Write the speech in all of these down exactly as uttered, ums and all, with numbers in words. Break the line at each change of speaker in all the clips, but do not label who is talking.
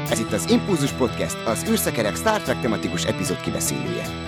Ez itt az Impulzus Podcast, az űrszekerek Star Trek tematikus epizód kibeszélője.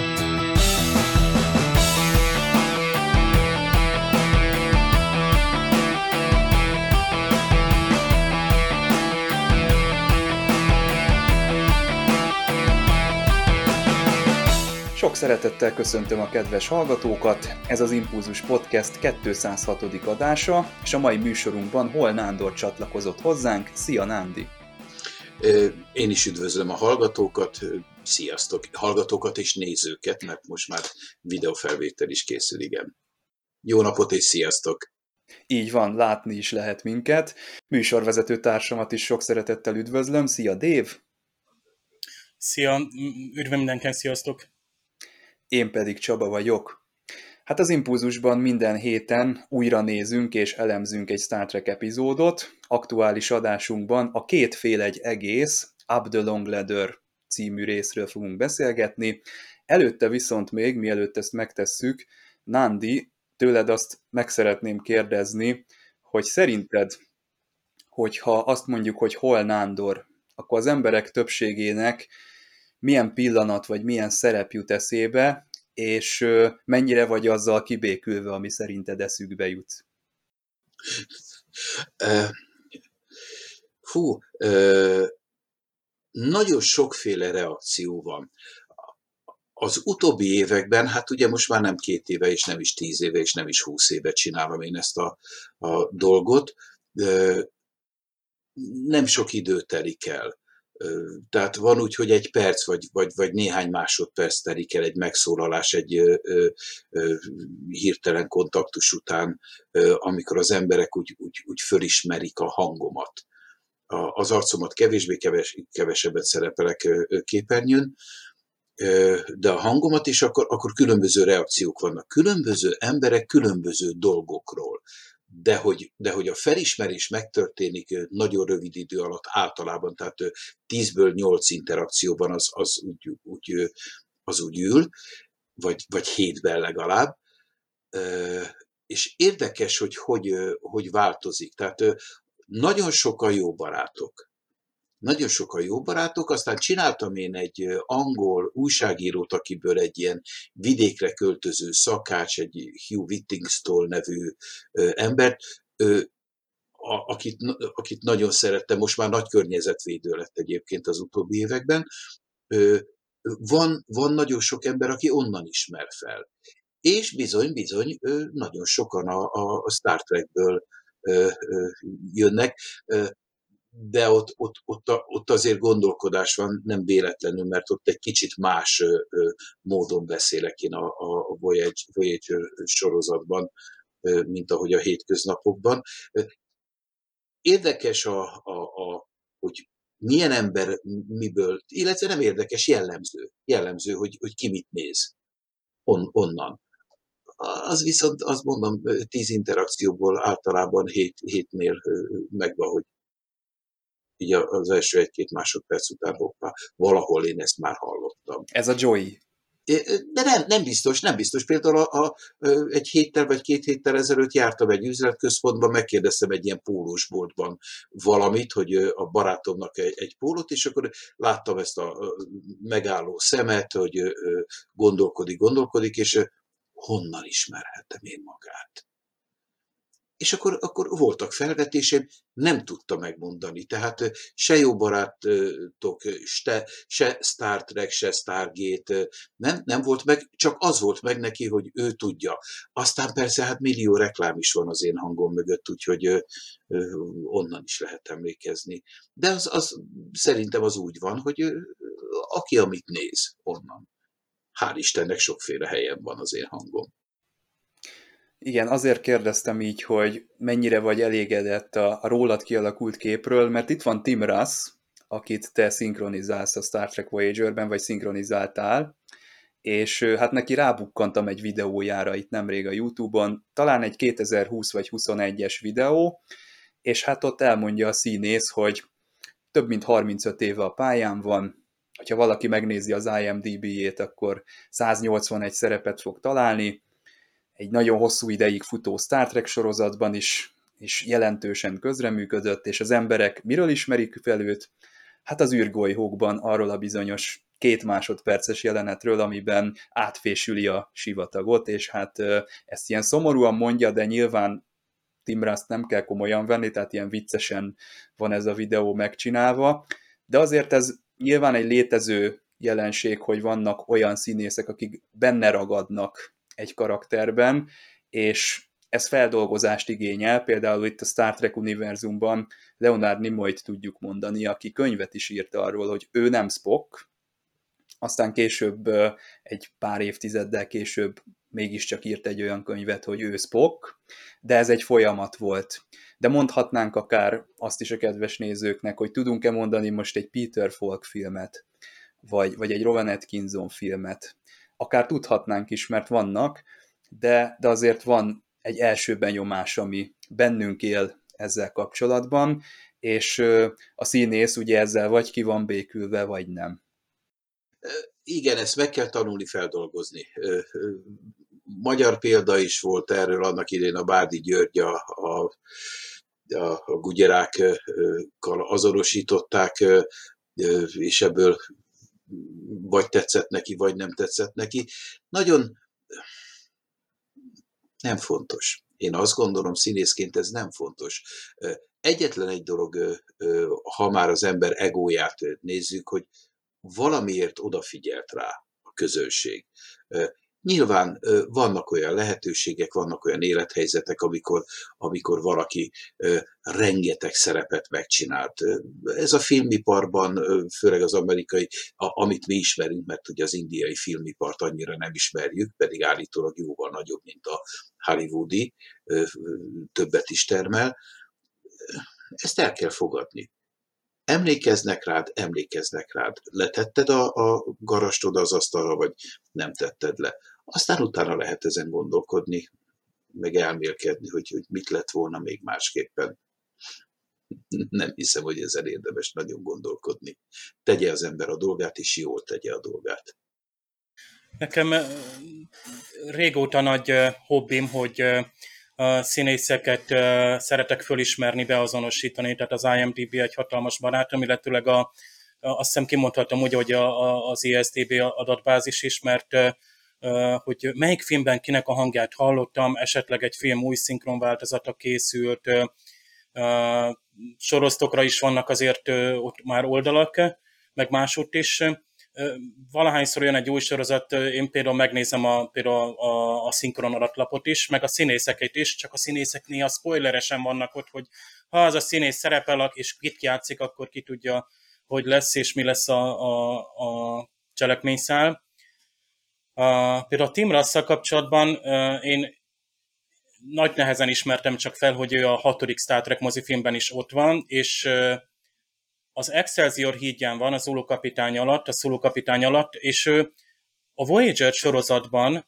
Sok szeretettel köszöntöm a kedves hallgatókat, ez az Impulzus Podcast kétszázhatodik adása, és a mai műsorunkban Hol Nándor csatlakozott hozzánk. Szia Nándi!
Én is üdvözlöm a hallgatókat, sziasztok, hallgatókat és nézőket, mert most már videófelvétel is készül, igen. Jó napot és sziasztok!
Így van, látni is lehet minket. Műsorvezető társamat is sok szeretettel üdvözlöm. Szia Dave!
Szia, üdv mindenken, sziasztok!
Én pedig Csaba vagyok. Hát az Impulzusban minden héten újra nézünk és elemzünk egy Star Trek epizódot. Aktuális adásunkban a Két fél egy egész, Up the Long Ladder című részről fogunk beszélgetni. Előtte viszont még, mielőtt ezt megtesszük, Nándi, tőled azt meg szeretném kérdezni, hogy szerinted, hogyha azt mondjuk, hogy Hol Nándor, akkor az emberek többségének milyen pillanat vagy milyen szerep jut eszébe, és mennyire vagy azzal kibékülve, ami szerinted eszükbe jut?
Fú, nagyon sokféle reakció van. Az utóbbi években, hát ugye most már nem két éve, és nem is tíz éve, és nem is húsz éve csinálom én ezt a, a dolgot, nem sok idő telik el. Tehát van úgy, hogy egy perc vagy, vagy, vagy néhány másodperc telik el egy megszólalás, egy ö, ö, hirtelen kontaktus után, ö, amikor az emberek úgy, úgy, úgy fölismerik a hangomat. A, az arcomat kevésbé keves, kevesebbet szerepelek ö, képernyőn, ö, de a hangomat, és akkor, akkor különböző reakciók vannak. Különböző emberek különböző dolgokról. De hogy, de hogy a felismerés megtörténik nagyon rövid idő alatt általában, tehát tízből nyolc interakcióban az, az, úgy, úgy, az úgy ül, vagy, vagy hétben legalább. És érdekes, hogy hogy, hogy változik. Tehát nagyon sokan jó barátok. Nagyon sokan jó barátok, aztán csináltam én egy angol újságírót, akiből egy ilyen vidékre költöző szakács, egy Hugh Whittingstall nevű embert, akit, akit nagyon szerettem, most már nagy környezetvédő lett egyébként az utóbbi években. Van, van nagyon sok ember, aki onnan ismer fel. És bizony, bizony, nagyon sokan a, a Star Trekből jönnek, de ott, ott, ott, ott azért gondolkodás van, nem véletlenül, mert ott egy kicsit más ö, ö, módon beszélek én a, a Voyager, Voyager sorozatban, ö, mint ahogy a hétköznapokban. Érdekes, a, a, a, hogy milyen ember miből, illetve nem érdekes, jellemző, jellemző, hogy, hogy ki mit néz on, onnan. Az viszont, azt mondom, tíz interakcióból általában hét, hétnél megvan, hogy így az első egy-két másodperc után hoppá, valahol én ezt már hallottam.
Ez a Joey.
De nem, nem biztos, nem biztos. Például a, a, egy héttel vagy két héttel ezelőtt jártam egy üzletközpontban, megkérdeztem egy ilyen pólósboltban valamit, hogy a barátomnak egy, egy pólót, és akkor láttam ezt a megálló szemet, hogy gondolkodik, gondolkodik, és honnan ismerhetem én magát? És akkor, akkor voltak felvetésem, nem tudta megmondani. Tehát se jó barátok, se, se Star Trek, se Stargate nem, nem volt meg, csak az volt meg neki, hogy ő tudja. Aztán persze hát millió reklám is van az én hangom mögött, úgyhogy onnan is lehet emlékezni. De az, az szerintem az úgy van, hogy aki amit néz, onnan. Hál' Istennek sokféle helyen van az én hangom.
Igen, azért kérdeztem így, hogy mennyire vagy elégedett a, a rólad kialakult képről, mert itt van Tim Russ, akit te szinkronizálsz a Star Trek Voyagerben, vagy szinkronizáltál, és hát neki rábukkantam egy videójára itt nemrég a YouTube-on, talán egy kétezer-húsz vagy huszonegyes videó, és hát ott elmondja a színész, hogy több mint harmincöt éve a pályán van, hogyha valaki megnézi az I M D B-jét, akkor száznyolcvanegy szerepet fog találni, egy nagyon hosszú ideig futó Star Trek sorozatban is, is jelentősen közreműködött, és az emberek miről ismerik fel őt? hát az űrgolyhókban arról a bizonyos két másodperces jelenetről, amiben átfésüli a sivatagot, és hát ezt ilyen szomorúan mondja, de nyilván Tim Russ nem kell komolyan venni, tehát ilyen viccesen van ez a videó megcsinálva, de azért ez nyilván egy létező jelenség, hogy vannak olyan színészek, akik benne ragadnak egy karakterben, és ez feldolgozást igényel, például itt a Star Trek univerzumban Leonard Nimoyt tudjuk mondani, aki könyvet is írt arról, hogy ő nem Spock, aztán később, egy pár évtizeddel később mégiscsak írt egy olyan könyvet, hogy ő Spock, de ez egy folyamat volt. De mondhatnánk akár azt is a kedves nézőknek, hogy tudunk-e mondani most egy Peter Falk filmet, vagy, vagy egy Rowan Atkinson filmet. Akár tudhatnánk is, mert vannak, de, de azért van egy első benyomás, ami bennünk él ezzel kapcsolatban, és a színész ugye ezzel vagy ki van békülve, vagy nem.
Igen, ezt meg kell tanulni feldolgozni. Magyar példa is volt erről, annak idején a Bárdi György a, a, a gugyerákkal azonosították, és ebből vagy tetszett neki, vagy nem tetszett neki. Nagyon nem fontos. Én azt gondolom, színészként ez nem fontos. Egyetlen egy dolog, ha már az ember egóját nézzük, hogy valamiért odafigyelt rá a közönség. Nyilván vannak olyan lehetőségek, vannak olyan élethelyzetek, amikor, amikor valaki rengeteg szerepet megcsinált. Ez a filmiparban, főleg az amerikai, amit mi ismerünk, mert ugye az indiai filmipart annyira nem ismerjük, pedig állítólag jóval nagyobb, mint a hollywoodi, többet is termel. Ezt el kell fogadni. Emlékeznek rád, emlékeznek rád. Letetted a, a garast oda az asztalra, vagy nem tetted le. Aztán utána lehet ezen gondolkodni, meg elmélkedni, hogy, hogy mit lett volna még másképpen. Nem hiszem, hogy ezen érdemes nagyon gondolkodni. Tegye az ember a dolgát, és jól tegye a dolgát.
Nekem régóta nagy hobbim, hogy a színészeket szeretek fölismerni, beazonosítani, tehát az IMDb egy hatalmas barátom, illetőleg a, a, azt hiszem kimondhatom úgy, hogy a, a, az I S D B adatbázis is, mert hogy melyik filmben kinek a hangját hallottam, esetleg egy film új szinkron változata készült, sorosztokra is vannak azért ott már oldalak, meg másutt is. Valahányszor jön egy új sorozat, én például megnézem a, például a, a szinkron adatlapot is, meg a színészeket is, csak a színészek néha spoileresen vannak ott, hogy ha az a színész szerepel, és kit játszik, akkor ki tudja, hogy lesz, és mi lesz a, a, a cselekményszál. A, például a Tim Russ-szal kapcsolatban én nagy nehezen ismertem csak fel, hogy ő a hatodik Star Trek mozifilmben is ott van, és az Excelsior hídján van, a Zulu kapitány alatt, a Zulu kapitány alatt, és ő a Voyager sorozatban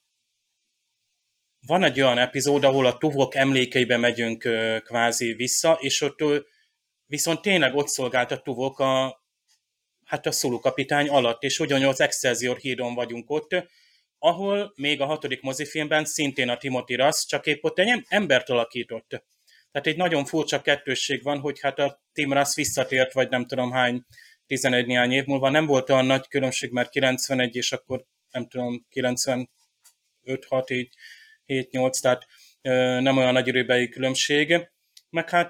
van egy olyan epizód, ahol a Tuvok emlékeibe megyünk kvázi vissza, és ott viszont tényleg ott szolgált a Tuvok a, hát a Zulu kapitány alatt, és ugyanúgy az Excelsior hídon vagyunk ott, ahol még a hatodik mozifilmben szintén a Timothy Russ, csak épp ott egy embert alakított. Tehát egy nagyon furcsa kettősség van, hogy hát a Tim Russ visszatért, vagy nem tudom hány, tizenegy néhány év múlva. Nem volt olyan nagy különbség, mert kilencvenegy, és akkor nem tudom, kilencvenöt hat, így hét nyolc, tehát nem olyan nagy időbeli különbség. Meg hát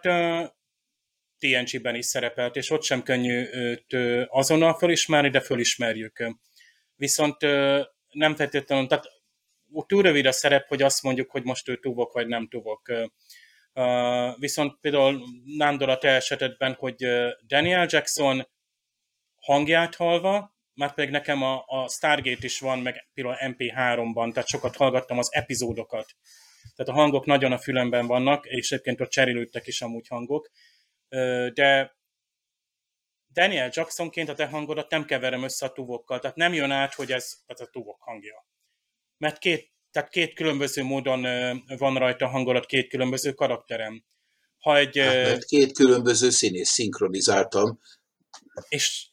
T N G-ben is szerepelt, és ott sem könnyű őt azonnal fölismerni, de fölismerjük. Viszont nem feltétlenül, tehát túl rövid a szerep, hogy azt mondjuk, hogy most ő Tuvok, vagy nem Tuvok. Uh, viszont például Nándor a te esetedben, hogy Daniel Jackson hangját hallva, már pedig nekem a, a Stargate is van, meg például M P háromban, tehát sokat hallgattam az epizódokat. Tehát a hangok nagyon a fülemben vannak, és egyébként ott cserélődtek is amúgy hangok. Uh, de Daniel Jacksonként a te hangodat nem keverem össze a Tuvokkal, tehát nem jön át, hogy ez, ez a Tuvok hangja. Mert két Tehát két különböző módon van rajta hangolat, két különböző karakterem. Ha egy,
hát, mert két különböző színész szinkronizáltam.
És,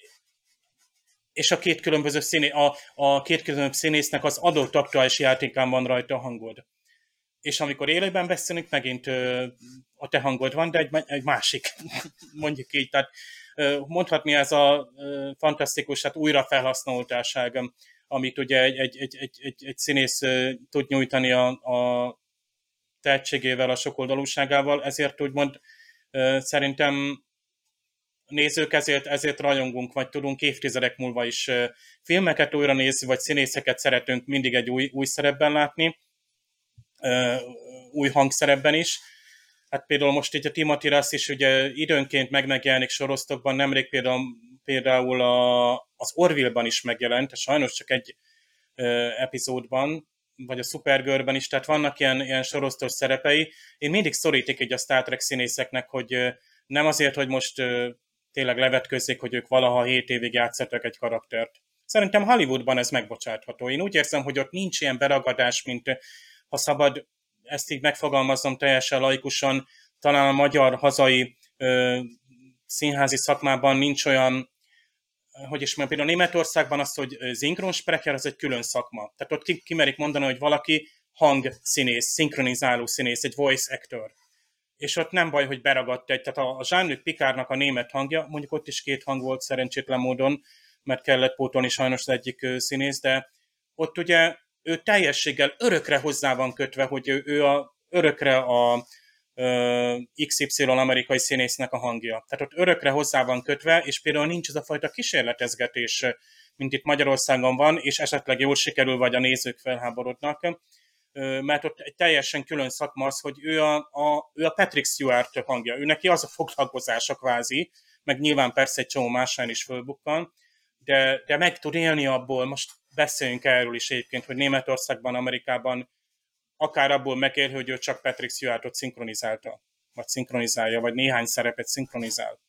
és a két különböző színész, a, a két különböző színésznek az adott aktuális játékán van rajta a hangod. És amikor élőben beszélünk, megint a te hangod van, de egy, egy másik, mondjuk így. Tehát mondhatni ez a fantasztikus, hát újrafelhasználódásság, amit ugye egy, egy, egy, egy, egy, egy színész tud nyújtani a, a tehetségével, a sokoldalúságával, ezért úgymond szerintem nézők ezért, ezért rajongunk, vagy tudunk évtizedek múlva is filmeket újra nézni, vagy színészeket szeretünk mindig egy új, új szerepben látni, új hangszerepben is. Hát például most így a Timothy Russ is ugye időnként meg megjelenik sorosztokban, nemrég például, például a, az Orville-ban is megjelent, sajnos csak egy epizódban, vagy a Supergirl-ben is, tehát vannak ilyen, ilyen sorosztos szerepei. Én mindig szorítik így a Star Trek színészeknek, hogy nem azért, hogy most tényleg levetközzék, hogy ők valaha hét évig játszottak egy karaktert. Szerintem Hollywoodban ez megbocsátható. Én úgy érzem, hogy ott nincs ilyen beragadás, mint ha szabad ezt így megfogalmaznom teljesen laikusan, talán a magyar hazai ö, színházi szakmában nincs olyan, hogy is mondjam, például Németországban az, hogy szinkronsprecher, az egy külön szakma. Tehát ott ki, kimerik mondani, hogy valaki hangszínész, szinkronizáló színész, egy voice actor. És ott nem baj, hogy beragadt egy, tehát a, a Jean-Luc Picardnak a német hangja, mondjuk ott is két hang volt szerencsétlen módon, mert kellett pótolni sajnos az egyik színész, de ott ugye ő teljességgel örökre hozzá van kötve, hogy ő, ő a, örökre a ö, iksz ipszilon amerikai színésznek a hangja. Tehát ott örökre hozzá van kötve, és például nincs ez a fajta kísérletezgetés, mint itt Magyarországon van, és esetleg jól sikerül, vagy a nézők felháborodnak, ö, mert ott egy teljesen külön szakma az, hogy ő a, a, ő a Patrick Stewart hangja, ő neki az a foglalkozása kvázi, meg nyilván persze egy csomó másán is fölbukkan, de, de meg tud élni abból, most beszéljünk erről is egyébként, hogy Németországban, Amerikában akár abból megél, hogy ő csak Patrick Stewartot szinkronizálta, vagy szinkronizálja, vagy néhány szerepet szinkronizál.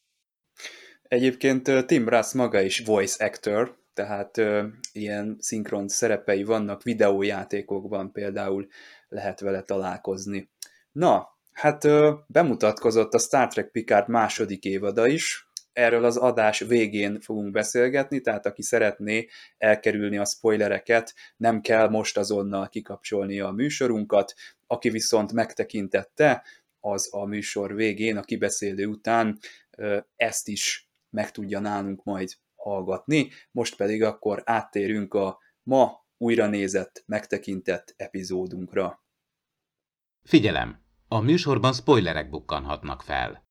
Egyébként Tim Russ maga is voice actor, tehát ö, ilyen szinkron szerepei vannak videójátékokban, például lehet vele találkozni. Na, hát ö, bemutatkozott a Star Trek Picard második évada is, erről az adás végén fogunk beszélgetni, tehát aki szeretné elkerülni a spoilereket, nem kell most azonnal kikapcsolnia a műsorunkat, aki viszont megtekintette, az a műsor végén, a kibeszélő után ezt is meg tudja nálunk majd hallgatni, most pedig akkor áttérünk a ma újra nézett, megtekintett epizódunkra.
Figyelem! A műsorban spoilerek bukkanhatnak fel.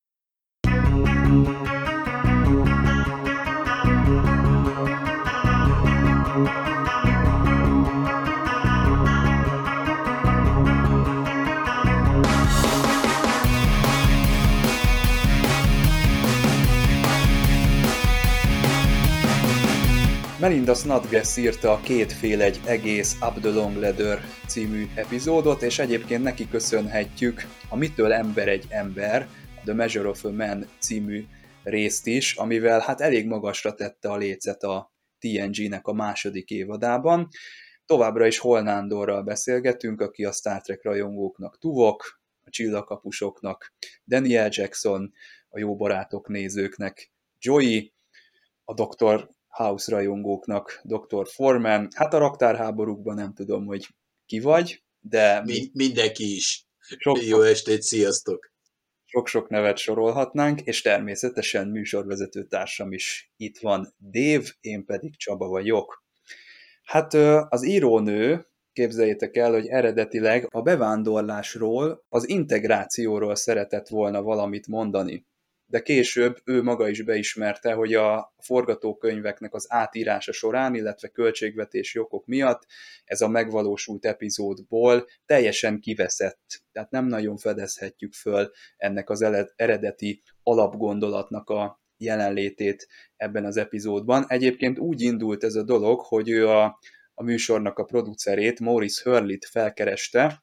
Melinda Snodgrass írta a Két fél egy egész Up the Long Ladder című epizódot, és egyébként neki köszönhetjük a Mitől ember egy ember, The Measure of a Man című részt is, amivel hát elég magasra tette a lécet a té en gé-nek a második évadában. Továbbra is Holnándorral beszélgetünk, aki a Star Trek rajongóknak Tuvok, a csillagkapusoknak Daniel Jackson, a jó barátok nézőknek Joey, a doktor House rajongóknak doktor Foreman, hát a raktárháborúkban nem tudom, hogy ki vagy, de...
Mi, mindenki is.
Sok,
Jó estét, sziasztok!
Sok-sok nevet sorolhatnánk, és természetesen műsorvezető társam is itt van, Dave, én pedig Csaba vagyok. Hát az írónő, képzeljétek el, hogy eredetileg a bevándorlásról, az integrációról szeretett volna valamit mondani. De később ő maga is beismerte, hogy a forgatókönyveknek az átírása során, illetve költségvetési okok miatt ez a megvalósult epizódból teljesen kiveszett. Tehát nem nagyon fedezhetjük föl ennek az eredeti alapgondolatnak a jelenlétét ebben az epizódban. Egyébként úgy indult ez a dolog, hogy ő a, a műsornak a producerét, Maurice Hurley-t felkereste,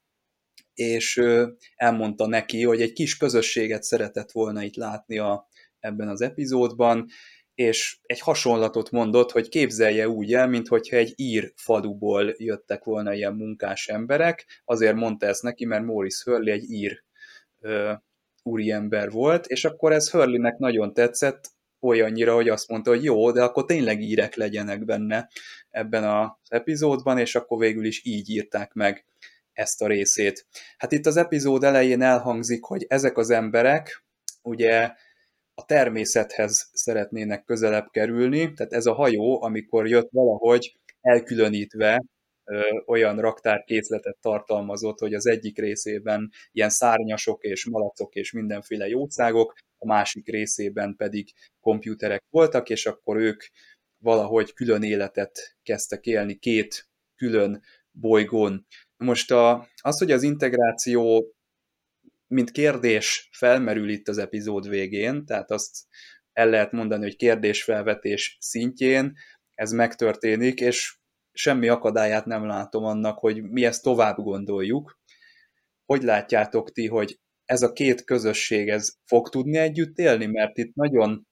és elmondta neki, hogy egy kis közösséget szeretett volna itt látni a, ebben az epizódban, és egy hasonlatot mondott, hogy képzelje úgy el, mintha egy ír faluból jöttek volna ilyen munkás emberek, azért mondta ezt neki, mert Maurice Hurley egy ír ö, úriember volt, és akkor ez Hurleynek nagyon tetszett, olyannyira, hogy azt mondta, hogy jó, de akkor tényleg írek legyenek benne ebben az epizódban, és akkor végül is így írták meg ezt a részét. Hát itt az epizód elején elhangzik, hogy ezek az emberek ugye a természethez szeretnének közelebb kerülni, tehát ez a hajó, amikor jött valahogy elkülönítve, ö, olyan raktárkészletet tartalmazott, hogy az egyik részében ilyen szárnyasok és malacok és mindenféle jószágok, a másik részében pedig komputerek voltak, és akkor ők valahogy külön életet kezdtek élni két külön bolygón. Most a, az, hogy az integráció mint kérdés felmerül itt az epizód végén, tehát azt el lehet mondani, hogy kérdésfelvetés szintjén ez megtörténik, és semmi akadályát nem látom annak, hogy mi ezt tovább gondoljuk. Hogy látjátok ti, hogy ez a két közösség ez fog tudni együtt élni? Mert itt nagyon,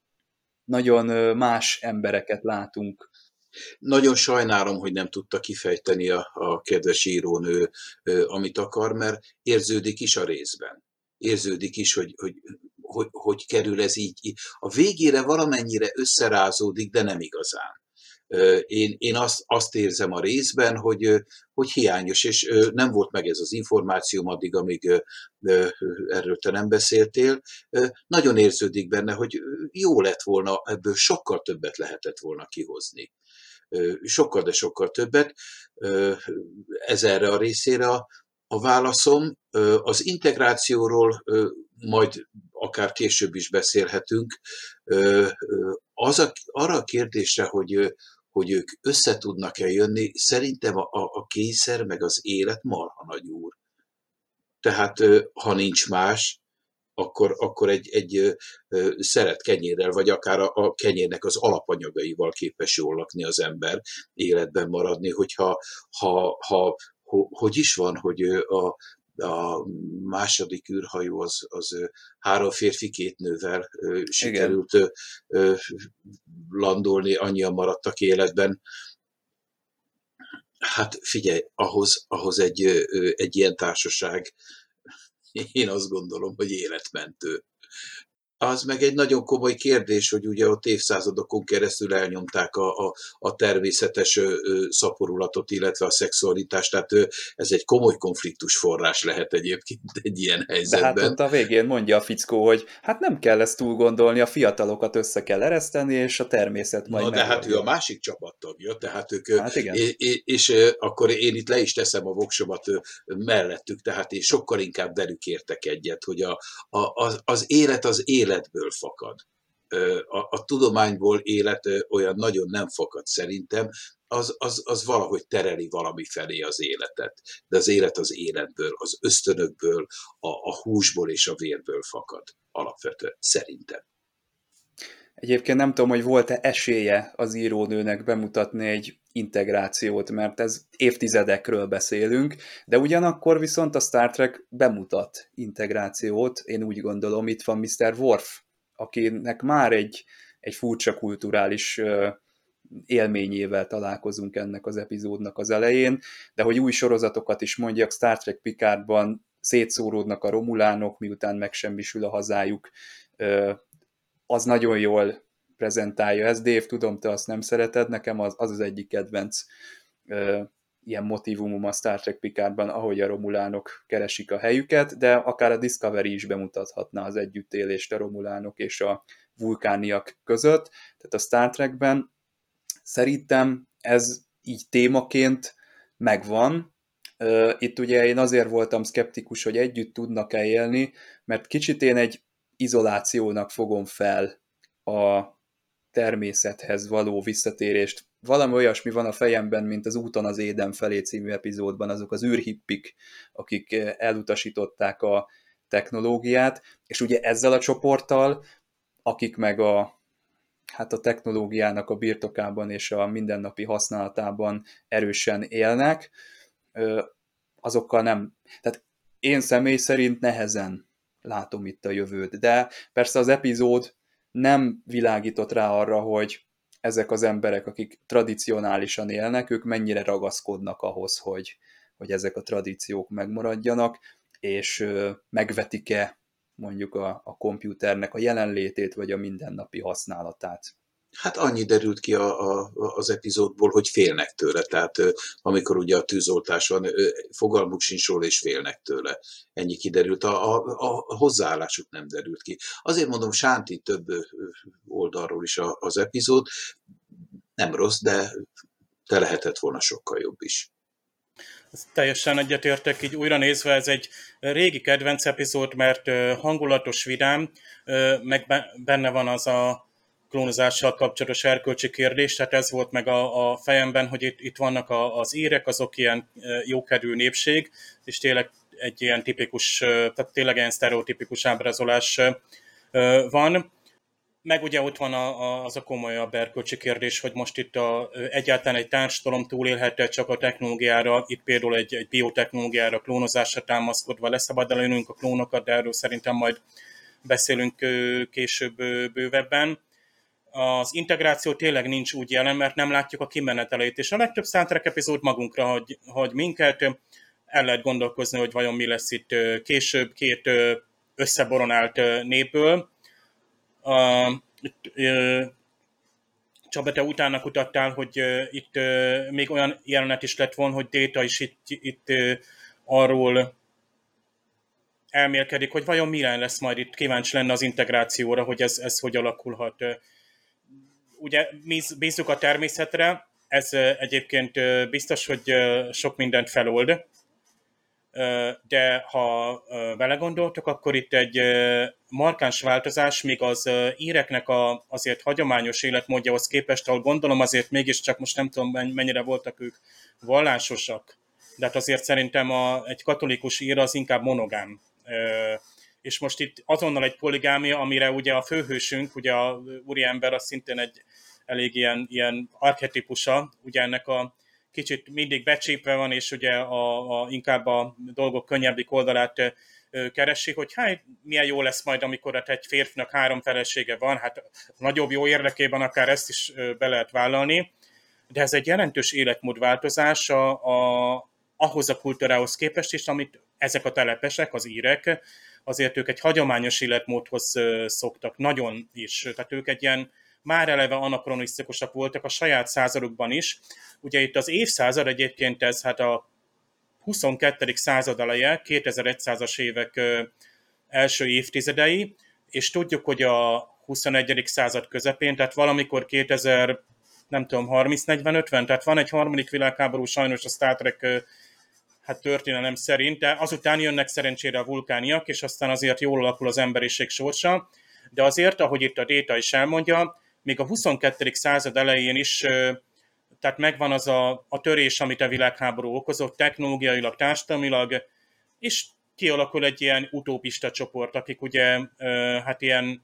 nagyon más embereket látunk.
Nagyon sajnálom, hogy nem tudta kifejteni a, a kedves írónő, amit akar, mert érződik is a részben. Érződik is, hogy, hogy, hogy, hogy kerül ez így. A végére valamennyire összerázódik, de nem igazán. Én, én azt, azt érzem a részben, hogy, hogy hiányos, és nem volt meg ez az információm addig, amíg erről te nem beszéltél. Nagyon érződik benne, hogy jó lett volna, ebből sokkal többet lehetett volna kihozni. Sokkal, de sokkal többet. Ez erre a részére a, a válaszom. Az integrációról majd akár később is beszélhetünk. Az a, arra a kérdésre, hogy, hogy ők össze tudnak-e jönni, szerintem a, a kényszer meg az élet marha nagy úr. Tehát ha nincs más, akkor, akkor egy, egy szeret kenyérrel, vagy akár a, a kenyérnek az alapanyagaival képes jól lakni az ember, életben maradni, hogyha ha, ha, ho, hogy is van, hogy a, a második űrhajó az, az három férfi, két nővel sikerült Igen. landolni, annyian maradtak életben. Hát figyelj, ahhoz, ahhoz egy, egy ilyen társaság, én azt gondolom, hogy életmentő. Az meg egy nagyon komoly kérdés, hogy ugye ott évszázadokon keresztül elnyomták a, a, a természetes szaporulatot, illetve a szexualitást, tehát ez egy komoly konfliktus forrás lehet egyébként egy ilyen helyzetben.
De hát ott a végén mondja a fickó, hogy hát nem kell ezt túl gondolni, a fiatalokat össze kell ereszteni, és a természet majd
Na, de
megoldja.
hát ő a másik csapattagja, tehát ők,
hát igen.
és, és akkor én itt le is teszem a voksomat mellettük, tehát én sokkal inkább velük értek egyet, hogy a, a, az, az élet az életből fakad. A, a tudományból élet olyan nagyon nem fakad szerintem, az, az, az valahogy tereli valami felé az életet. De az élet az életből, az ösztönökből, a, a húsból és a vérből fakad alapvetően, szerintem.
Egyébként nem tudom, hogy volt-e esélye az írónőnek bemutatni egy integrációt, mert ez évtizedekről beszélünk, de ugyanakkor viszont a Star Trek bemutat integrációt, én úgy gondolom, itt van miszter Worf, akinek már egy, egy furcsa kulturális élményével találkozunk ennek az epizódnak az elején, de hogy új sorozatokat is mondjak, Star Trek Picardban szétszóródnak a romulánok, miután megsemmisül a hazájuk, az nagyon jól prezentálja ezt. Dave, tudom, te azt nem szereted, nekem az az, az egyik kedvenc ilyen motívumom a Star Trek Picardban, ahogy a romulánok keresik a helyüket, de akár a Discovery is bemutathatná az együttélést a romulánok és a vulkániak között. Tehát a Star Trekben szerintem ez így témaként megvan. Itt ugye én azért voltam szkeptikus, hogy együtt tudnak-e élni, mert kicsit én egy izolációnak fogom fel a természethez való visszatérést. Valami olyasmi van a fejemben, mint az Úton az Éden felé című epizódban, azok az űrhippik, akik elutasították a technológiát, és ugye ezzel a csoporttal, akik meg a, hát a technológiának a birtokában és a mindennapi használatában erősen élnek, azokkal nem. Tehát én személy szerint nehezen látom itt a jövőt, de persze az epizód nem világított rá arra, hogy ezek az emberek, akik tradicionálisan élnek, ők mennyire ragaszkodnak ahhoz, hogy, hogy ezek a tradíciók megmaradjanak, és megvetik-e mondjuk a, a komputernek a jelenlétét, vagy a mindennapi használatát.
Hát annyi derült ki a, a, az epizódból, hogy félnek tőle, tehát amikor ugye a tűzoltás van, fogalmuk sincs róla, és félnek tőle. Ennyi kiderült, a, a, a hozzáállásuk nem derült ki. Azért mondom, sánti több oldalról is az epizód, nem rossz, de te lehetett volna sokkal jobb is.
Teljesen egyetértek, így újra nézve ez egy régi kedvenc epizód, mert hangulatos, vidám, meg benne van az a klónozással kapcsolatos erkölcsi kérdés, tehát ez volt meg a, a fejemben, hogy itt, itt vannak a, az írek, azok ilyen jókedvű népség, és tényleg egy ilyen tipikus, tehát tényleg ilyen sztereotipikus ábrázolás van. Meg ugye ott van a, a, az a komolyabb erkölcsi kérdés, hogy most itt a, egyáltalán egy társadalom túlélhet csak a technológiára, itt például egy, egy biotechnológiára, klónozásra támaszkodva leszabad előnünk a klónokat, de erről szerintem majd beszélünk később bővebben. Az integráció tényleg nincs úgy jelen, mert nem látjuk a kimenetelét, és a legtöbb Star Trek epizód magunkra hagy, hagy minket, el lehet gondolkozni, hogy vajon mi lesz itt később két összeboronált népből. Uh, itt, uh, Csaba, te utána kutattál, hogy uh, itt uh, még olyan jelenet is lett volna, hogy Data is itt, itt uh, arról elmélkedik, hogy vajon milyen lesz majd itt, kíváncsi lenne az integrációra, hogy ez, ez hogy alakulhat. Uh, ugye bízzuk a természetre, ez uh, egyébként uh, biztos, hogy uh, sok mindent felold, de ha belegondoltok, akkor itt egy markáns változás, míg az íreknek a, azért hagyományos életmódjához képest, ahol gondolom azért mégiscsak, most nem tudom mennyire voltak ők vallásosak, de hát azért szerintem a, egy katolikus ír az inkább monogám. És most itt azonnal egy poligámia, amire ugye a főhősünk, ugye a úriember az szintén egy elég ilyen, ilyen archetipusa, ugye ennek a kicsit mindig becsípve van, és ugye a, a, inkább a dolgok könnyebbik oldalát ö, keresi, hogy hát milyen jó lesz majd, amikor hát egy férfinak három felesége van, hát nagyobb jó érdekében akár ezt is ö, be lehet vállalni, de ez egy jelentős életmódváltozás a, a, ahhoz a kultúrához képest is, amit ezek a telepesek, az írek, azért ők egy hagyományos életmódhoz ö, szoktak, nagyon is, tehát ők egy ilyen már eleve anakronisztikusak voltak a saját századukban is. Ugye itt az évszázad egyébként ez hát a huszonkettedik század eleje, kétezer-százas évek első évtizedei, és tudjuk, hogy a huszonegyedik század közepén, tehát valamikor kétezer, nem tudom, harminc negyven ötven, tehát van egy harmadik világháború sajnos a Star Trek hát történelem szerint, de azután jönnek szerencsére a vulkániak, és aztán azért jól alakul az emberiség sorsa, de azért, ahogy itt a Data is elmondja, még a huszonkettedik század elején is, tehát megvan az a, a törés, amit a világháború okozott, technológiailag, társadalmilag, és kialakul egy ilyen utópista csoport, akik ugye, hát ilyen,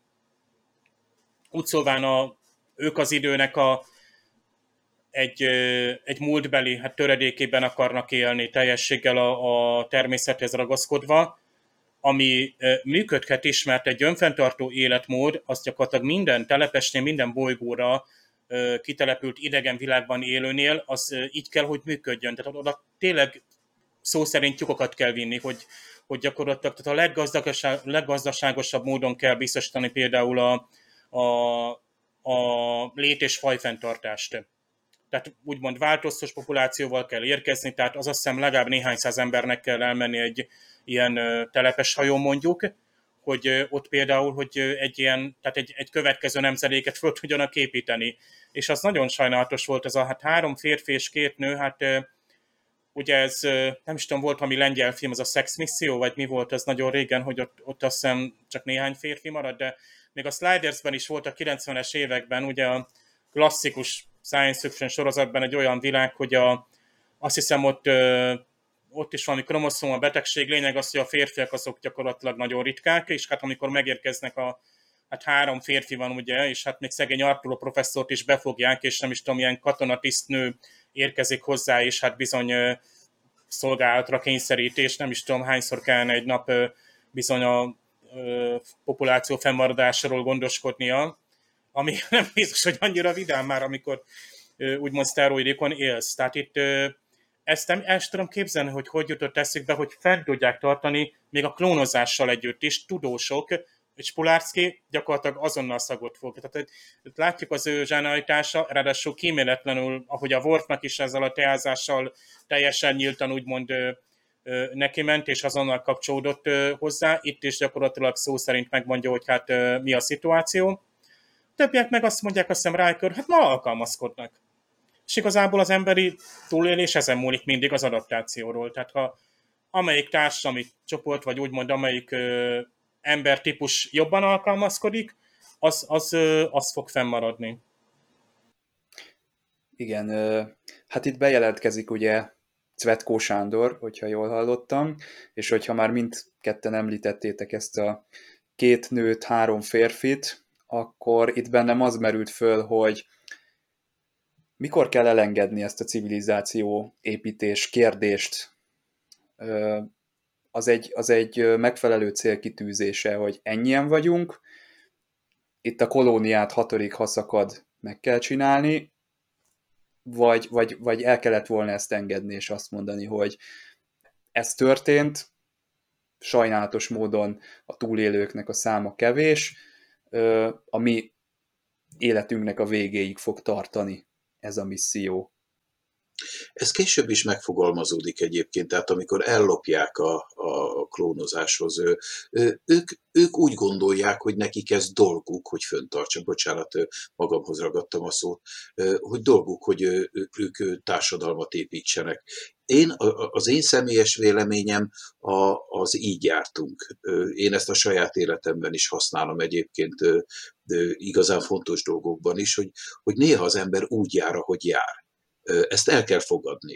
úgy szóván a, ők az időnek a, egy, egy múltbeli hát töredékében akarnak élni teljességgel a, a természethez ragaszkodva, ami működhet is, mert egy önfenntartó életmód, az gyakorlatilag minden telepesnél, minden bolygóra kitelepült idegen világban élőnél, az így kell, hogy működjön. Tehát oda tényleg szó szerint lyukokat kell vinni, hogy, hogy gyakorlatilag tehát a leggazdaság, leggazdaságosabb módon kell biztosítani például a, a, a lét- és fajfenntartást. Tehát úgymond változtos populációval kell érkezni, tehát az azt hiszem legalább néhány száz embernek kell elmenni egy ilyen telepes hajón mondjuk, hogy ott például, hogy egy ilyen, tehát egy, egy következő nemzedéket föl tudjanak építeni. És az nagyon sajnálatos volt, ez a hát három férfi és két nő, hát ugye ez, nem is tudom, volt valami lengyel film, az a Sex Misszió, vagy mi volt, ez nagyon régen, hogy ott, ott azt hiszem csak néhány férfi marad, de még a Slidersben is volt a kilencvenes években, ugye a klasszikus science fiction sorozatban egy olyan világ, hogy a, azt hiszem ott, ott is valami kromoszóma betegség, lényeg az, hogy a férfiak azok gyakorlatilag nagyon ritkák, és hát amikor megérkeznek a hát három férfi van, ugye, és hát még szegény Arturo professzort is befogják, és nem is tudom, ilyen katonatisztnő érkezik hozzá, és hát bizony szolgálatra kényszerítés, nem is tudom, hányszor kellene egy nap bizony a populáció fennmaradásáról gondoskodnia, ami nem biztos, hogy annyira vidám már, amikor úgymond szteroidikon élsz. Tehát itt ezt nem el tudom képzelni, hogy hogy jutott eszükbe, hogy fent tudják tartani még a klónozással együtt is tudósok, és Pulárszki gyakorlatilag azonnal szagot fog. Tehát itt látjuk az ő zsánállítása, ráadásul kíméletlenül, ahogy a Worfnak is ezzel a teázással teljesen nyíltan úgymond neki ment, és azonnal kapcsolódott hozzá. Itt is gyakorlatilag szó szerint megmondja, hogy hát mi a szituáció. Többiek meg azt mondják, azt hiszem Riker, hát ma alkalmazkodnak. És igazából az emberi túlélés ezen múlik mindig az adaptációról. Tehát ha amelyik társadalmi csoport, vagy úgymond amelyik ö, embertípus jobban alkalmazkodik, az, az, ö, az fog fennmaradni.
Igen, ö, hát itt bejelentkezik ugye Cvetkó Sándor, hogyha jól hallottam, és hogyha már mindketten említettétek ezt a két nőt, három férfit, akkor itt bennem az merült föl, hogy mikor kell elengedni ezt a civilizáció építés kérdést. Az egy, az egy megfelelő célkitűzése, hogy ennyien vagyunk, itt a kolóniát hatodik haszakad meg kell csinálni, vagy, vagy, vagy el kellett volna ezt engedni, és azt mondani, hogy ez történt, sajnálatos módon a túlélőknek a száma kevés, a mi életünknek a végéig fog tartani ez a misszió.
Ez később is megfogalmazódik egyébként, tehát amikor ellopják a, a klónozáshoz, ő, ők, ők úgy gondolják, hogy nekik ez dolguk, hogy föntartsa, bocsánat, magamhoz ragadtam a szót, hogy dolguk, hogy ők társadalmat építsenek. Én, az én személyes véleményem az így jártunk. Én ezt a saját életemben is használom egyébként igazán fontos dolgokban is, hogy, hogy néha az ember úgy jár, ahogy jár. Ezt el kell fogadni.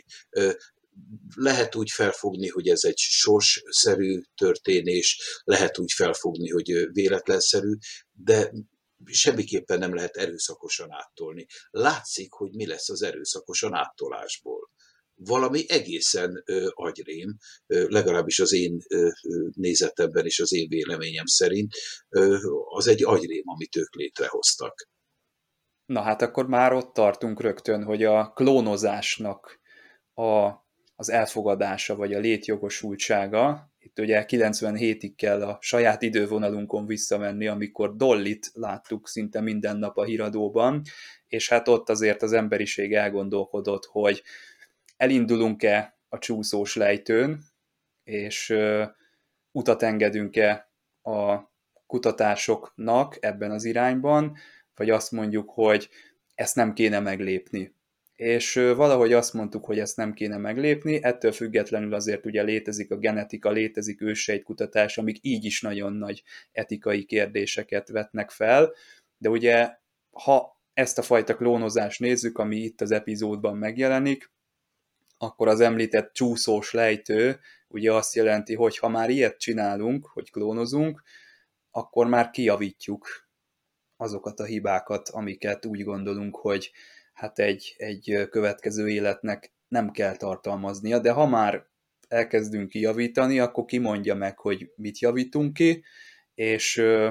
Lehet úgy felfogni, hogy ez egy sorsszerű történés, lehet úgy felfogni, hogy véletlenszerű, de semmiképpen nem lehet erőszakosan áttolni. Látszik, hogy mi lesz az erőszakosan áttolásból. Valami egészen ö, agyrém, ö, legalábbis az én ö, nézetemben és az én véleményem szerint, ö, az egy agyrém, amit ők létrehoztak.
Na hát akkor már ott tartunk rögtön, hogy a klónozásnak a, az elfogadása, vagy a létjogosultsága, itt ugye kilencvenhétig kell a saját idővonalunkon visszamenni, amikor Dollit láttuk szinte minden nap a híradóban, és hát ott azért az emberiség elgondolkodott, hogy elindulunk-e a csúszós lejtőn, és uh, utat engedünk-e a kutatásoknak ebben az irányban, vagy azt mondjuk, hogy ezt nem kéne meglépni. És valahogy azt mondtuk, hogy ezt nem kéne meglépni, ettől függetlenül azért ugye létezik a genetika, létezik őssejtkutatás, amik így is nagyon nagy etikai kérdéseket vetnek fel, de ugye ha ezt a fajta klónozást nézzük, ami itt az epizódban megjelenik, akkor az említett csúszós lejtő ugye azt jelenti, hogy ha már ilyet csinálunk, hogy klónozunk, akkor már kijavítjuk azokat a hibákat, amiket úgy gondolunk, hogy hát egy, egy következő életnek nem kell tartalmaznia, de ha már elkezdünk kijavítani, akkor ki mondja meg, hogy mit javítunk ki, és uh,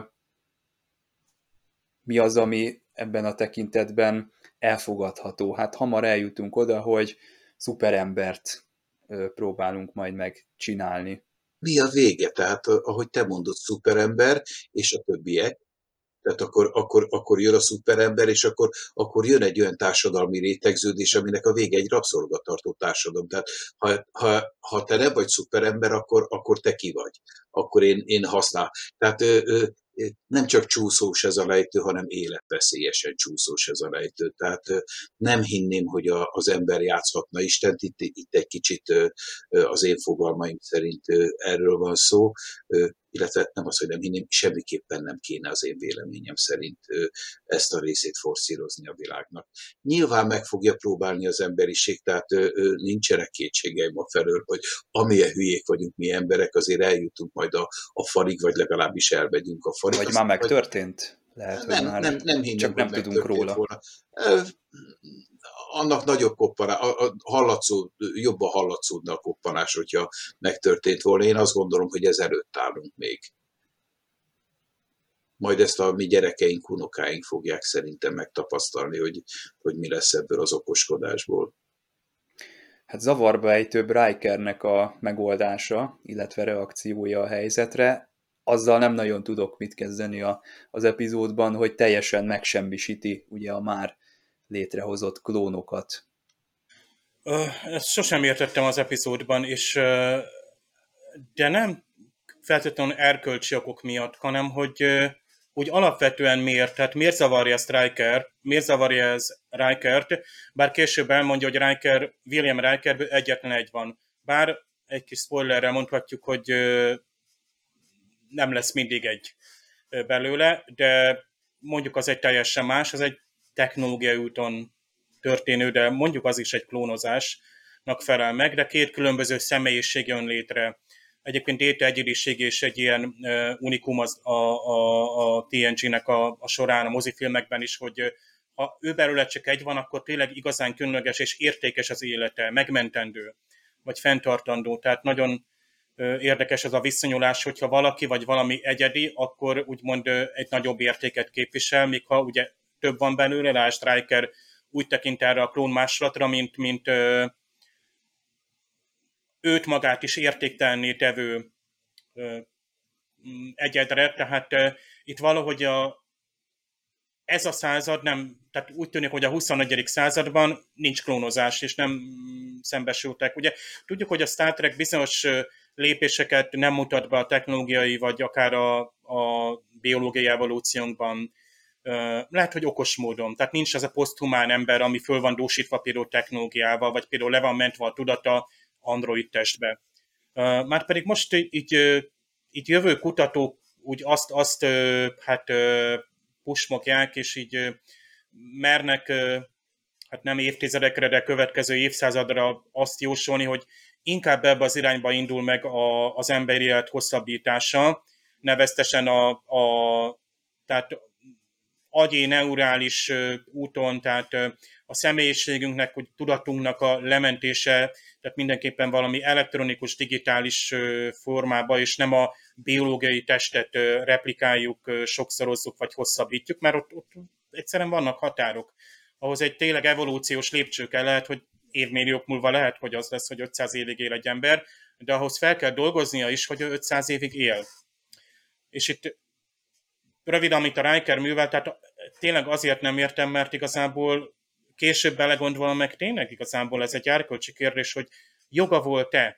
mi az, ami ebben a tekintetben elfogadható. Hát hamar eljutunk oda, hogy szuperembert uh, próbálunk majd megcsinálni.
Mi a vége? Tehát, ahogy te mondod, szuperember, és a többiek, tehát akkor, akkor, akkor jön a szuperember, és akkor, akkor jön egy olyan társadalmi rétegződés, aminek a vége egy rabszolgatartó társadalom. Tehát ha, ha, ha te nem vagy szuperember, akkor, akkor te ki vagy. Akkor én, én használ. Tehát ö, ö, nem csak csúszós ez a lejtő, hanem életveszélyesen csúszós ez a lejtő. Tehát nem hinném, hogy a, az ember játszhatna Istent, itt, itt egy kicsit az én fogalmaim szerint erről van szó, illetve nem az, hogy nem hinném, semmiképpen nem kéne az én véleményem szerint ezt a részét forszírozni a világnak. Nyilván meg fogja próbálni az emberiség, tehát nincsenek kétségeim a felől, hogy amilyen hülyék vagyunk mi emberek, azért eljutunk majd a, a falig, vagy legalábbis elmegyünk a falig.
Vagy már megtörtént? Lehet,
nem,
hogy már
nem, nem hinném,
csak nem tudunk róla.
Volna. Annak nagyobb koppanás, hallatszó, jobban hallatszódna a koppanás, hogyha megtörtént volna. Én azt gondolom, hogy ez előtt állunk még. Majd ezt a mi gyerekeink, unokáink fogják szerintem megtapasztalni, hogy, hogy mi lesz ebből az okoskodásból.
Hát zavarba ejtőbb Rikernek a megoldása, illetve reakciója a helyzetre, azzal nem nagyon tudok mit kezdeni a, az epizódban, hogy teljesen megsemmisíti ugye a már létrehozott klónokat.
Ezt sosem értettem az epizódban, és de nem feltétlenül erkölcsi okok miatt, hanem hogy úgy alapvetően miért, tehát miért zavarja ezt Riker, miért zavarja ez Rikert, bár később elmondja, hogy Riker, William Rikerből egyetlen egy van. Bár egy kis spoilerrel mondhatjuk, hogy nem lesz mindig egy belőle, de mondjuk az egy teljesen más, az egy technológiai úton történő, de mondjuk az is egy klónozásnak felel meg, de két különböző személyiség jön létre. Egyébként Data egyediség és egy ilyen uh, unikum az a, a, a té en gé-nek a, a során, a mozifilmekben is, hogy uh, ha ő belőle csak egy van, akkor tényleg igazán különleges és értékes az élete, megmentendő, vagy fenntartandó. Tehát nagyon uh, érdekes az a viszonyulás, hogyha valaki vagy valami egyedi, akkor úgymond uh, egy nagyobb értéket képvisel, míg ha ugye több van belőle, lásd Riker úgy tekint erre a klón másolatra, mint, mint uh, őt magát is értéktelenné tevő uh, egyedre, tehát uh, itt valahogy a, ez a század nem, tehát úgy tűnik, hogy a huszonegyedik században nincs klónozás, és nem szembesültek. Ugye tudjuk, hogy a Star Trek bizonyos lépéseket nem mutat be a technológiai, vagy akár a, a biológiai evolúciónkban. Lehet, hogy okos módon. Tehát nincs az a poszthumán ember, ami föl van dúsítva például technológiával, vagy például le van mentve a tudata android testbe. Márpedig most így, így jövő kutatók úgy azt, azt hát pusmogják, és így mernek hát nem évtizedekre, de következő évszázadra azt jósolni, hogy inkább ebbe az irányba indul meg a, az emberi élet hosszabbítása, neveztesen a, a tehát agyi neurális úton, tehát a személyiségünknek, hogy tudatunknak a lementése, tehát mindenképpen valami elektronikus, digitális formába, és nem a biológiai testet replikáljuk, sokszorozzuk, vagy hosszabbítjuk, mert ott, ott egyszerűen vannak határok. Ahhoz egy tényleg evolúciós lépcsőkkel lehet, hogy évmilliók múlva lehet, hogy az lesz, hogy ötszáz évig él egy ember, de ahhoz fel kell dolgoznia is, hogy ötszáz évig él. És itt rövid, amit a Riker művel, tehát tényleg azért nem értem, mert igazából később belegondolva meg tényleg igazából ez egy erkölcsi kérdés, hogy joga volt-e?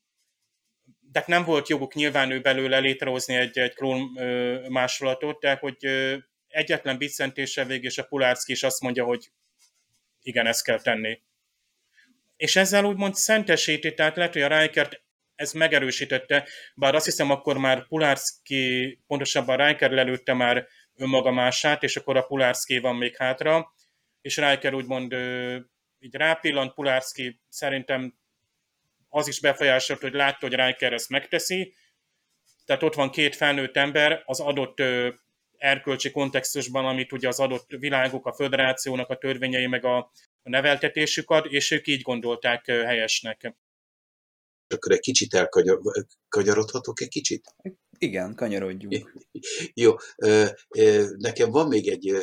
De nem volt joguk nyilván ő belőle létrehozni egy, egy klón ö, másolatot, de hogy ö, egyetlen biccentése végig, és a Pulaski is azt mondja, hogy igen, ezt kell tenni. És ezzel úgymond szentesíti, tehát lehet, hogy a Rikert ez megerősítette, bár azt hiszem, akkor már Pulaski, pontosabban Riker lelőtte már önmaga mását, és akkor a Pulaski van még hátra, és Riker úgymond ö, így rápillant, Pulaski szerintem az is befolyásolt, hogy látta, hogy Riker ezt megteszi, tehát ott van két felnőtt ember az adott ö, erkölcsi kontextusban, amit ugye az adott világok, a föderációnak a törvényei, meg a, a neveltetésük ad, és ők így gondolták ö, helyesnek.
Akkor egy kicsit elkanyarodhatok egy kicsit?
Igen, kanyarodjunk.
Jó, nekem van még egy,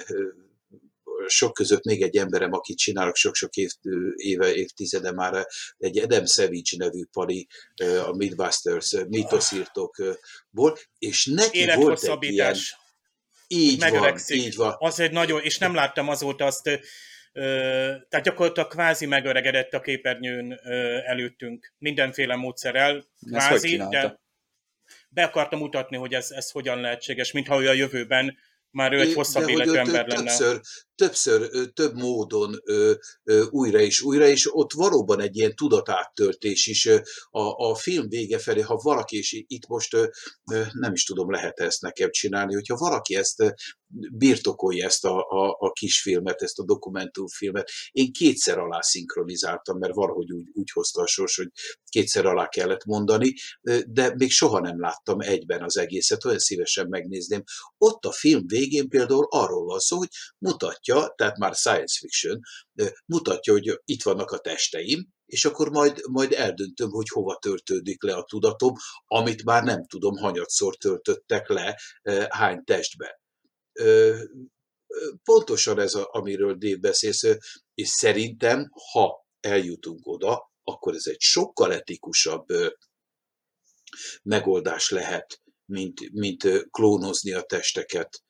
sok között még egy emberem, akit csinálok sok-sok év, éve, évtizede már, egy Adam Savage nevű pali, a Mythbusters mítoszírtokból, és neki volt egy ilyen... Így van, így van.
Az egy nagyon, és nem láttam azóta azt, tehát gyakorlatilag kvázi megöregedett a képernyőn előttünk. Mindenféle módszerrel, kvázi, de be akartam mutatni, hogy ez, ez hogyan lehetséges, mintha ő a jövőben már ő egy hosszabb életű ember lenne.
Többször, többször, több módon ö, ö, újra és újra, és ott valóban egy ilyen tudatáttöltés is ö, a, a film vége felé, ha valaki, és itt most ö, nem is tudom, lehet ezt nekem csinálni, hogyha valaki ezt birtokolja, ezt a, a, a kisfilmet, ezt a dokumentumfilmet. Én kétszer alá szinkronizáltam, mert valahogy úgy, úgy hozta a sors, hogy kétszer alá kellett mondani, de még soha nem láttam egyben az egészet, olyan szívesen megnézném. Ott a film végén például arról van szó, hogy mutatja, tehát már science fiction, mutatja, hogy itt vannak a testeim, és akkor majd, majd eldöntöm, hogy hova töltődik le a tudatom, amit már nem tudom, hanyatszor töltöttek le, hány testbe. Pontosan ez, a, amiről Dave beszélsz, és szerintem, ha eljutunk oda, akkor ez egy sokkal etikusabb megoldás lehet, mint, mint klónozni a testeket.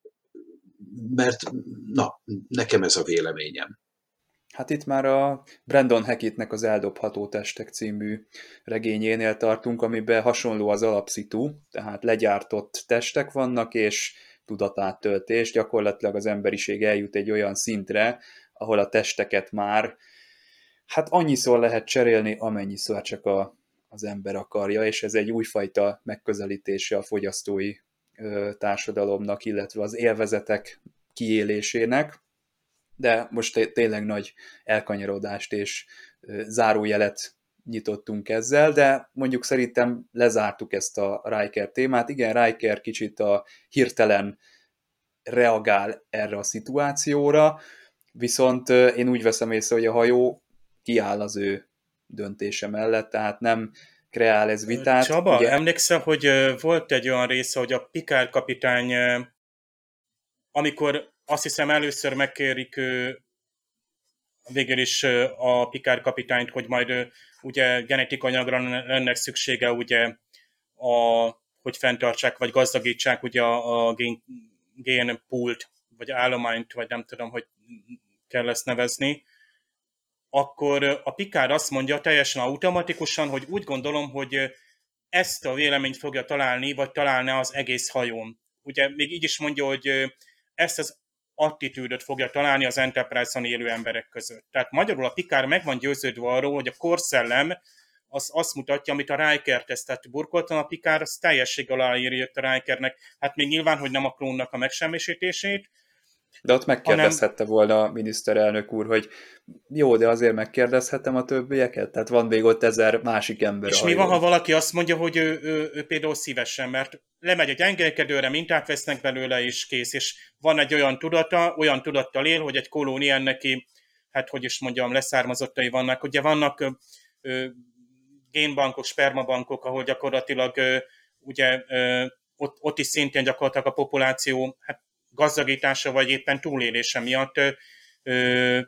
Mert, na, nekem ez a véleményem.
Hát itt már a Brandon Hackettnek az Eldobható testek című regényénél tartunk, amiben hasonló az alapszitu, tehát legyártott testek vannak, és tudatáttöltés. Gyakorlatilag az emberiség eljut egy olyan szintre, ahol a testeket már hát annyiszor lehet cserélni, amennyiszor csak a, az ember akarja, és ez egy újfajta megközelítése a fogyasztói ö, társadalomnak, illetve az élvezetek kiélésének. De most tényleg nagy elkanyarodást és zárójelet nyitottunk ezzel, de mondjuk szerintem lezártuk ezt a Riker témát. Igen, Riker kicsit a hirtelen reagál erre a szituációra, viszont én úgy veszem észre, hogy a hajó kiáll az ő döntése mellett, tehát nem kreál ez vitát.
Csaba, ugye... emlékszel, hogy volt egy olyan része, hogy a Picard kapitány, amikor azt hiszem először megkérik végül is a Picard kapitányt, hogy majd ugye genetikai anyagra lenne szüksége, ugye, a, hogy fenntartsák, vagy gazdagítsák ugye a, a gén, génpult, vagy állományt, vagy nem tudom, hogy kell ezt nevezni, akkor a Picard azt mondja teljesen automatikusan, hogy úgy gondolom, hogy ezt a véleményt fogja találni, vagy találná az egész hajón. Ugye még így is mondja, hogy ezt az attitűdöt fogja találni az Enterprise-on élő emberek között. Tehát magyarul a Picard meg van győződve arról, hogy a korszellem az azt mutatja, amit a Riker tesz. Tehát burkoltan a Picard az teljességgel aláírja a Rikernek. Hát még nyilván, hogy nem a klónnak a megsemmisítését.
De ott megkérdezhette hanem... volna a miniszterelnök úr, hogy jó, de azért megkérdezhetem a többieket? Tehát van még ott ezer másik ember.
És mi van, ha valaki azt mondja, hogy ő, ő, ő például szívesen, mert lemegy egy engedkedőre, mintát vesznek belőle, és kész, és van egy olyan tudata, olyan tudattal él, hogy egy kolónián neki, hát hogy is mondjam, leszármazottai vannak. Ugye vannak ö, ö, génbankok, spermabankok, ahol gyakorlatilag ö, ugye ö, ott, ott is szintén gyakorlatilag a populáció hát gazdagítása, vagy éppen túlélése miatt ö, ö,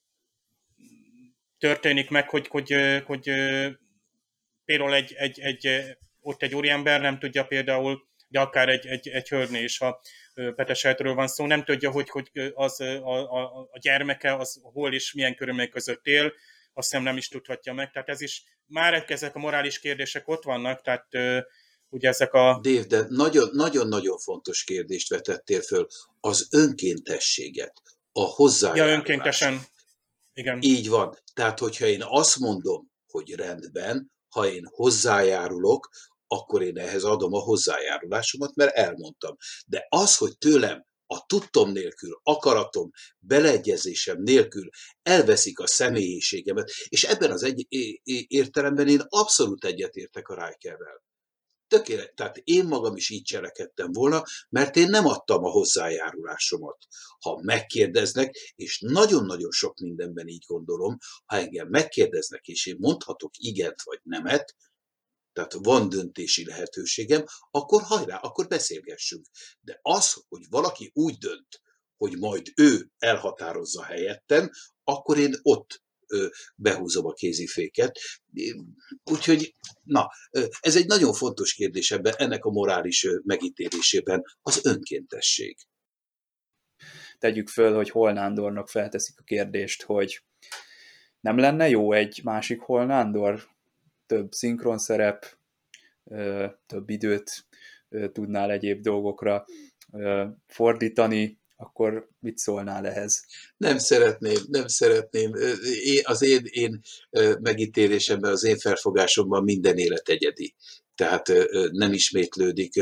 történik meg, hogy, hogy, hogy ö, például egy, egy, egy, ott egy úriember nem tudja például, de akár egy, egy, egy hölgynél is, ha petesejtről van szó, nem tudja, hogy, hogy az, a, a, a gyermeke az hol és milyen körülmények között él, azt hiszem nem is tudhatja meg. Tehát ez is, már ezek a morális kérdések ott vannak, tehát ugye ezek a...
Dave, de nagyon-nagyon fontos kérdést vetettél föl, az önkéntességet, a hozzájárulást.
Ja, önkéntesen, igen.
Így van. Tehát, hogyha én azt mondom, hogy rendben, ha én hozzájárulok, akkor én ehhez adom a hozzájárulásomat, mert elmondtam. De az, hogy tőlem a tudtom nélkül, akaratom, beleegyezésem nélkül elveszik a személyiségemet, és ebben az egy értelemben én abszolút egyetértek a Rikerrel. Tökéletes. Tehát én magam is így cselekedtem volna, mert én nem adtam a hozzájárulásomat. Ha megkérdeznek, és nagyon-nagyon sok mindenben így gondolom, ha engem megkérdeznek, és én mondhatok igent vagy nemet, tehát van döntési lehetőségem, akkor hajrá, akkor beszélgessünk. De az, hogy valaki úgy dönt, hogy majd ő elhatározza helyettem, akkor én ott behúzom a kéziféket. Úgyhogy, na, ez egy nagyon fontos kérdés ebben, ennek a morális megítélésében az önkéntesség.
Tegyük föl, hogy Holnándornak felteszik a kérdést, hogy nem lenne jó egy másik Holnándor, több szinkronszerep, több időt tudnál egyéb dolgokra fordítani, akkor mit szólnál ehhez?
Nem szeretném, nem szeretném. Az én, én megítélésemben, az én felfogásomban minden élet egyedi. Tehát nem ismétlődik.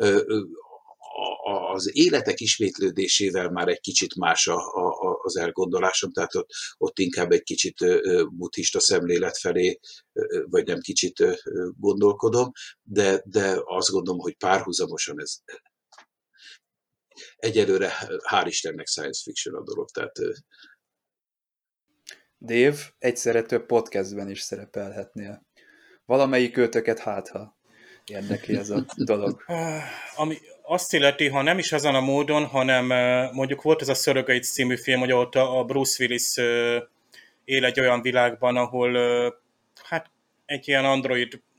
Az életek ismétlődésével már egy kicsit más a, a, az elgondolásom, tehát ott, ott inkább egy kicsit buddhista szemlélet felé, vagy nem kicsit gondolkodom, de, de azt gondolom, hogy párhuzamosan ez egyelőre hál' Istennek science fiction a dolog. Tehát...
Dave, egyszerre több podcastben is szerepelhetnél. Valamelyik őtöket hát, ha érdekli ez a dolog.
Ami azt illeti, ha nem is ezen a módon, hanem mondjuk volt ez a Surrogates című film, hogy ott a Bruce Willis él egy olyan világban, ahol hát egy ilyen android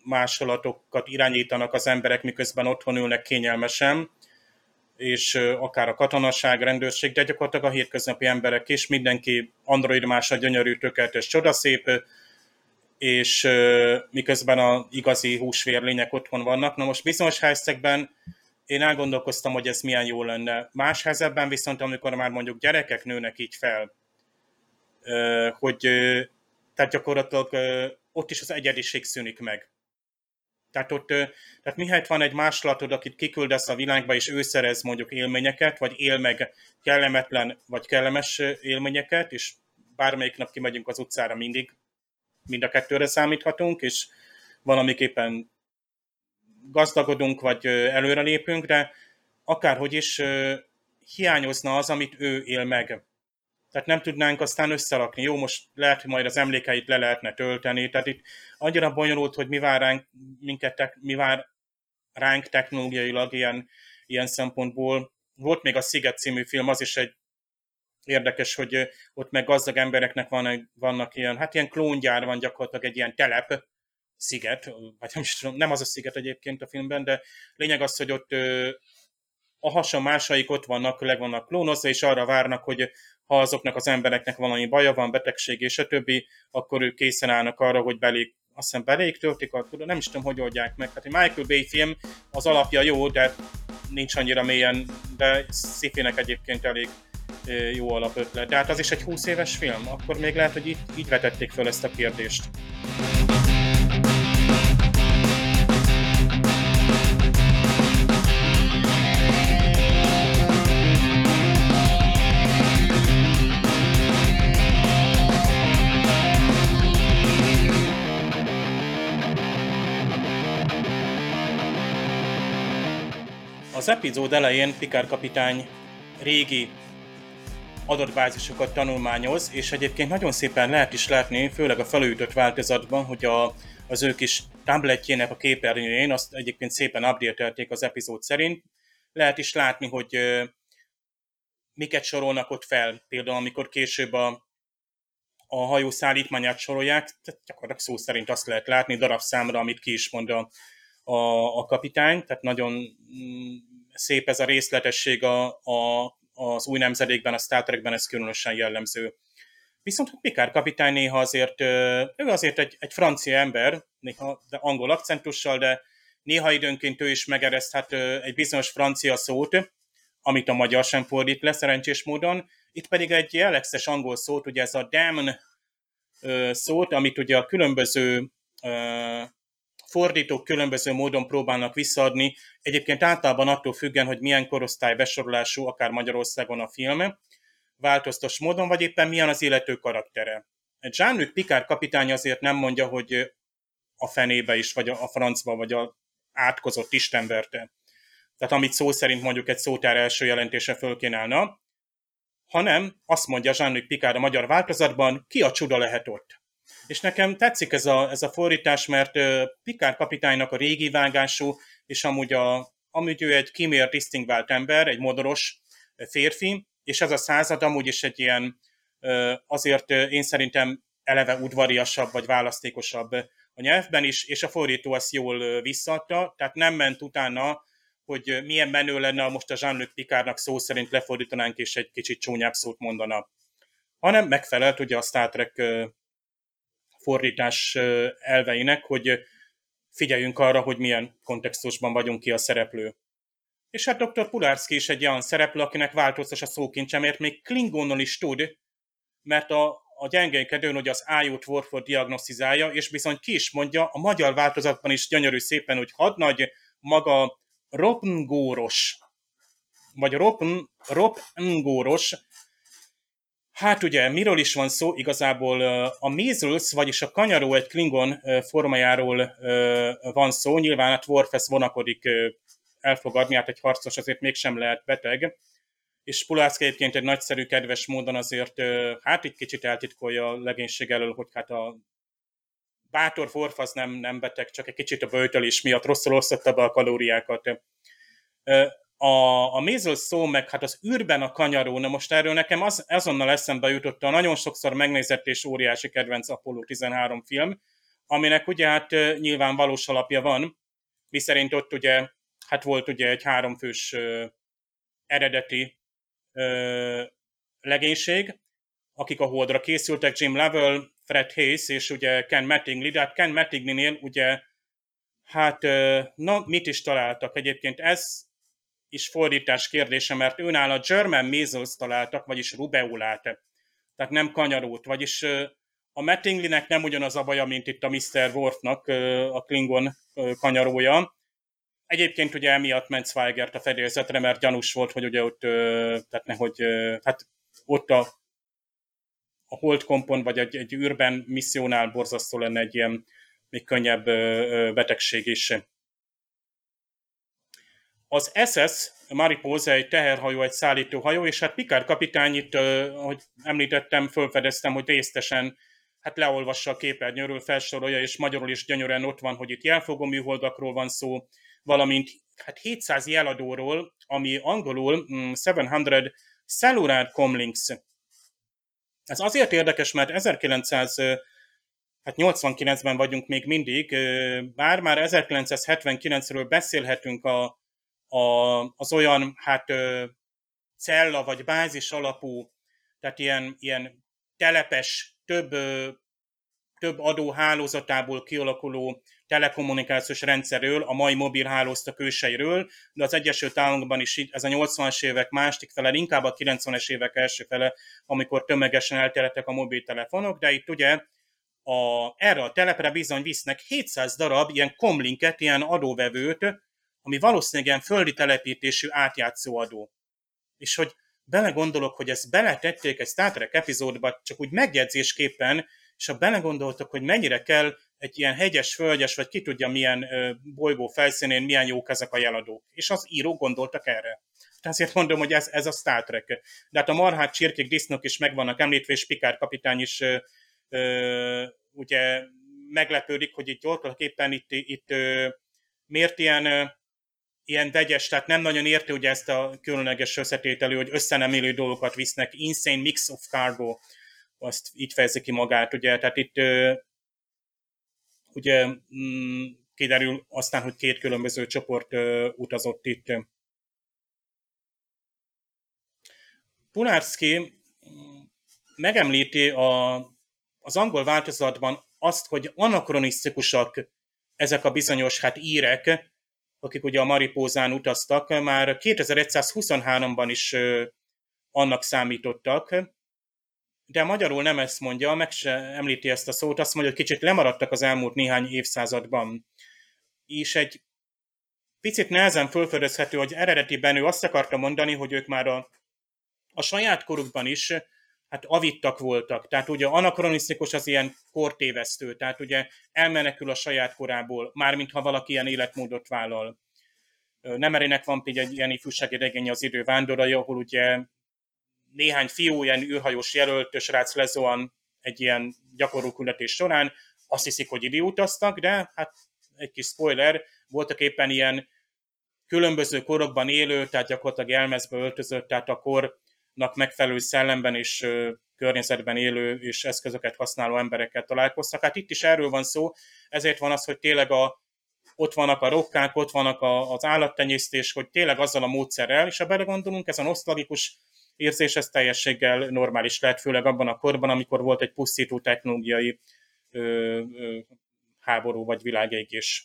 másolatokat irányítanak az emberek, miközben otthon ülnek kényelmesen, és akár a katonaság, rendőrség, de gyakorlatilag a hétköznapi emberek is, mindenki android mása, gyönyörű, tökéletes, csodaszép, és miközben a igazi húsvérlények otthon vannak. Na most bizonyos helyzetekben én elgondolkoztam, hogy ez milyen jó lenne. Más helyzetben viszont, amikor már mondjuk gyerekek nőnek így fel, hogy tehát gyakorlatilag ott is az egyediség szűnik meg. Tehát ott, tehát mihelyt van egy másolatod, akit kiküldesz a világba, és ő szerez mondjuk élményeket, vagy él meg kellemetlen, vagy kellemes élményeket, és bármelyik nap kimegyünk az utcára, mindig mind a kettőre számíthatunk, és valamiképpen gazdagodunk, vagy előrelépünk, de akárhogy is hiányozna az, amit ő él meg. Tehát nem tudnánk aztán összerakni. Jó, most lehet, hogy majd az emlékeit le lehetne tölteni. Tehát itt annyira bonyolult, hogy mi vár ránk, minket, mi vár ránk technológiailag ilyen, ilyen szempontból. Volt még a Sziget című film, az is egy érdekes, hogy ott meg gazdag embereknek van, vannak ilyen, hát ilyen klóngyár van gyakorlatilag, egy ilyen telep, sziget, vagy nem is tudom, nem az a sziget egyébként a filmben, de lényeg az, hogy ott a hasonmásaik ott vannak, le vannak klónozva, és arra várnak, hogy ha azoknak az embereknek valami baja van, betegség és a többi, akkor ők készen állnak arra, hogy belék, azt hiszem belék töltik, nem is tudom, hogy oldják meg. Tehát egy Michael Bay film, az alapja jó, de nincs annyira mélyen, de sci-finek egyébként elég jó alapötlet. De hát az is egy húsz éves film, akkor még lehet, hogy így, így vetették fel ezt a kérdést. Az epizód elején Picard kapitány régi adatbázisokat tanulmányoz, és egyébként nagyon szépen lehet is látni, főleg a felújított változatban, hogy a, az ő kis tabletjének a képernyőjén, azt egyébként szépen update-elték az epizód szerint. Lehet is látni, hogy uh, miket sorolnak ott fel, például amikor később a, a hajó szállítmányát sorolják, tehát gyakorlatilag szó szerint azt lehet látni darabszámra, amit ki is mond a, a, a kapitány, tehát nagyon mm, szép ez a részletesség a, a az új nemzedékben, a Star Trekben ez különösen jellemző. Viszont a Picard kapitány néha azért, ő azért egy, egy francia ember, néha de angol akcentussal, de néha időnként ő is megereszthet egy bizonyos francia szót, amit a magyar sem fordít le szerencsés módon. Itt pedig egy jellegzetes angol szót, ugye ez a damn szót, amit ugye a különböző fordítók különböző módon próbálnak visszaadni, egyébként általában attól függen, hogy milyen korosztály besorolású, akár Magyarországon a film, változtos módon, vagy éppen milyen az illető karaktere. Jean-Luc Picard kapitány azért nem mondja, hogy a fenébe is, vagy a francba, vagy a átkozott istenverte. Tehát amit szó szerint mondjuk egy szótár első jelentése fölkínálna, hanem azt mondja Jean-Luc Picard a magyar változatban, ki a csuda lehet ott. És nekem tetszik ez a, ez a fordítás, mert Picard kapitánynak a régi vágású, és amúgy, a, amúgy ő egy kimért, disztingvált ember, egy modoros férfi, és ez a század amúgy is egy ilyen, azért én szerintem eleve udvariasabb, vagy választékosabb a nyelvben is, és a fordító ezt jól visszaadta, tehát nem ment utána, hogy milyen menő lenne, most a Jean-Luc Picardnak szó szerint lefordítanánk, és egy kicsit csúnyább szót mondana. Hanem megfelelt ugye a Star Trek fordítás elveinek, hogy figyeljünk arra, hogy milyen kontextusban vagyunk ki a szereplő. És hát doktor Pulárszky is egy olyan szereplő, akinek változtas a szókincse, mert még klingonul is tud, mert a, a gyengénkedőn, hogy az ájút Worfot diagnosztizálja, és bizony ki is mondja, a magyar változatban is gyönyörű szépen, hogy hadnagy maga Ropngóros, vagy Ropn, Ropngóros. Hát ugye, miről is van szó? Igazából a measles, vagyis a kanyaró egy klingon formájáról van szó. Nyilván a Worf ezt vonakodik elfogadni, hát egy harcos azért mégsem lehet beteg. És Pulárszky egyébként egy nagyszerű, kedves módon azért hát egy kicsit eltitkolja a legénység elől, hogy hát a bátor Worf az nem, nem beteg, csak egy kicsit a böjtölés miatt rosszul osztotta be a kalóriákat. A, a measles szó, meg hát az űrben a kanyaró, na most erről nekem az, azonnal eszembe jutott a nagyon sokszor megnézett és óriási kedvenc Apollo tizenhárom film, aminek ugye hát nyilván valós alapja van, miszerint ott ugye hát volt ugye egy háromfős ö, eredeti ö, legénység, akik a Holdra készültek, Jim Lovell, Fred Hayes és ugye Ken Mattingly, de hát Ken Mattinglynél ugye hát ö, na mit is találtak egyébként, ez is fordítás kérdése, mert őnál a German measles találtak, vagyis rubeolát, tehát nem kanyarót, vagyis ö, a Mattinglynek nem ugyanaz a baja, mint itt a miszter Worfnak a Klingon kanyarója. Egyébként ugye emiatt ment Zweigert a fedélzetre, mert gyanús volt, hogy ugye ott, tehát nehogy, hát ott a, a Holdkompon, vagy egy, egy űrben missziónál borzasztó lenne egy ilyen még könnyebb betegség is. Az es es Mariposa egy teherhajó, egy szállítóhajó, és hát Picard kapitány itt, ahogy említettem, fölfedeztem, hogy részletesen hát leolvassa a képernyőről, felsorolja, és magyarul is gyönyörűen ott van, hogy itt jelfogó műholdakról van szó, valamint hát hétszáz jeladóról, ami angolul hétszáz cellular comlinks. Ez azért érdekes, mert ezerkilencszáznyolcvankilencben vagyunk még mindig, bár már ezerkilencszázhetvenkilencről beszélhetünk a, a, az olyan hát cella vagy bázis alapú, tehát ilyen, ilyen telepes, több, több adó hálózatából kialakuló telekommunikációs rendszerről, a mai mobil hálóztak őseiről, de az Egyesült Államokban is ez a nyolcvanas évek második fele, inkább a kilencvenes évek első fele, amikor tömegesen elterjedtek a mobiltelefonok, de itt ugye a, erre a telepre bizony visznek hétszáz darab ilyen comlinket, ilyen adóvevőt, ami valószínűleg ilyen földi telepítésű átjátszó adó. És hogy belegondolok, hogy ezt beletették egy Star Trek epizódba, csak úgy megjegyzésképpen, és ha belegondoltok, hogy mennyire kell egy ilyen hegyes, földjes, vagy ki tudja milyen bolygó felszínén, milyen jók ezek a jeladók. És az írók gondoltak erre. Tehát azért mondom, hogy ez, ez a Star Trek. De hát a marhák, csirkék, disznók is meg vannak említve, és Picard kapitány is ö, ö, ugye meglepődik, hogy itt éppen itt, itt ö, miért ilyen, ö, ilyen vegyes, tehát nem nagyon érti ugye ezt a különleges összetételű, hogy összenemélő dolgokat visznek, insane mix of cargo, azt így fejezi ki magát, ugye, tehát itt ö, ugye mm, kiderül aztán, hogy két különböző csoport ö, utazott itt. Pulaski megemlíti a, az angol változatban azt, hogy anakronisztikusak ezek a bizonyos hát írek, akik ugye a Maripózán utaztak, már kétezer-egyszázhuszonháromban is ö, annak számítottak, de magyarul nem ezt mondja, meg se említi ezt a szót, azt mondja, hogy kicsit lemaradtak az elmúlt néhány évszázadban. És egy picit nehezen fölfedezhető, hogy eredetiben ő azt akarta mondani, hogy ők már a, a saját korukban is hát avittak voltak. Tehát ugye anakronisztikus az ilyen kortévesztő, tehát ugye elmenekül a saját korából, mármint ha valaki ilyen életmódot vállal. Nemerének van például egy ilyen ifjúsági regénye, Az idő vándorai, ahol ugye néhány fiú, ilyen űrhajós jelölt, srác lezuhan egy ilyen gyakorló küldetés során, azt hiszik, hogy ide utaztak, de hát egy kis spoiler, voltak éppen ilyen különböző korokban élő, tehát gyakorlatilag elmezbe öltözött, tehát a kornak megfelelő szellemben és ö, környezetben élő és eszközöket használó emberekkel találkoztak. Hát itt is erről van szó, ezért van az, hogy tényleg a, ott vannak a rokkák, ott vannak a, az állattenyésztés, hogy tényleg azzal a módszerrel, és ha belegondolunk, ez a nosztalgikus érzés, ez teljességgel normális lehet, főleg abban a korban, amikor volt egy pusztító technológiai ö, ö, háború vagy világégés.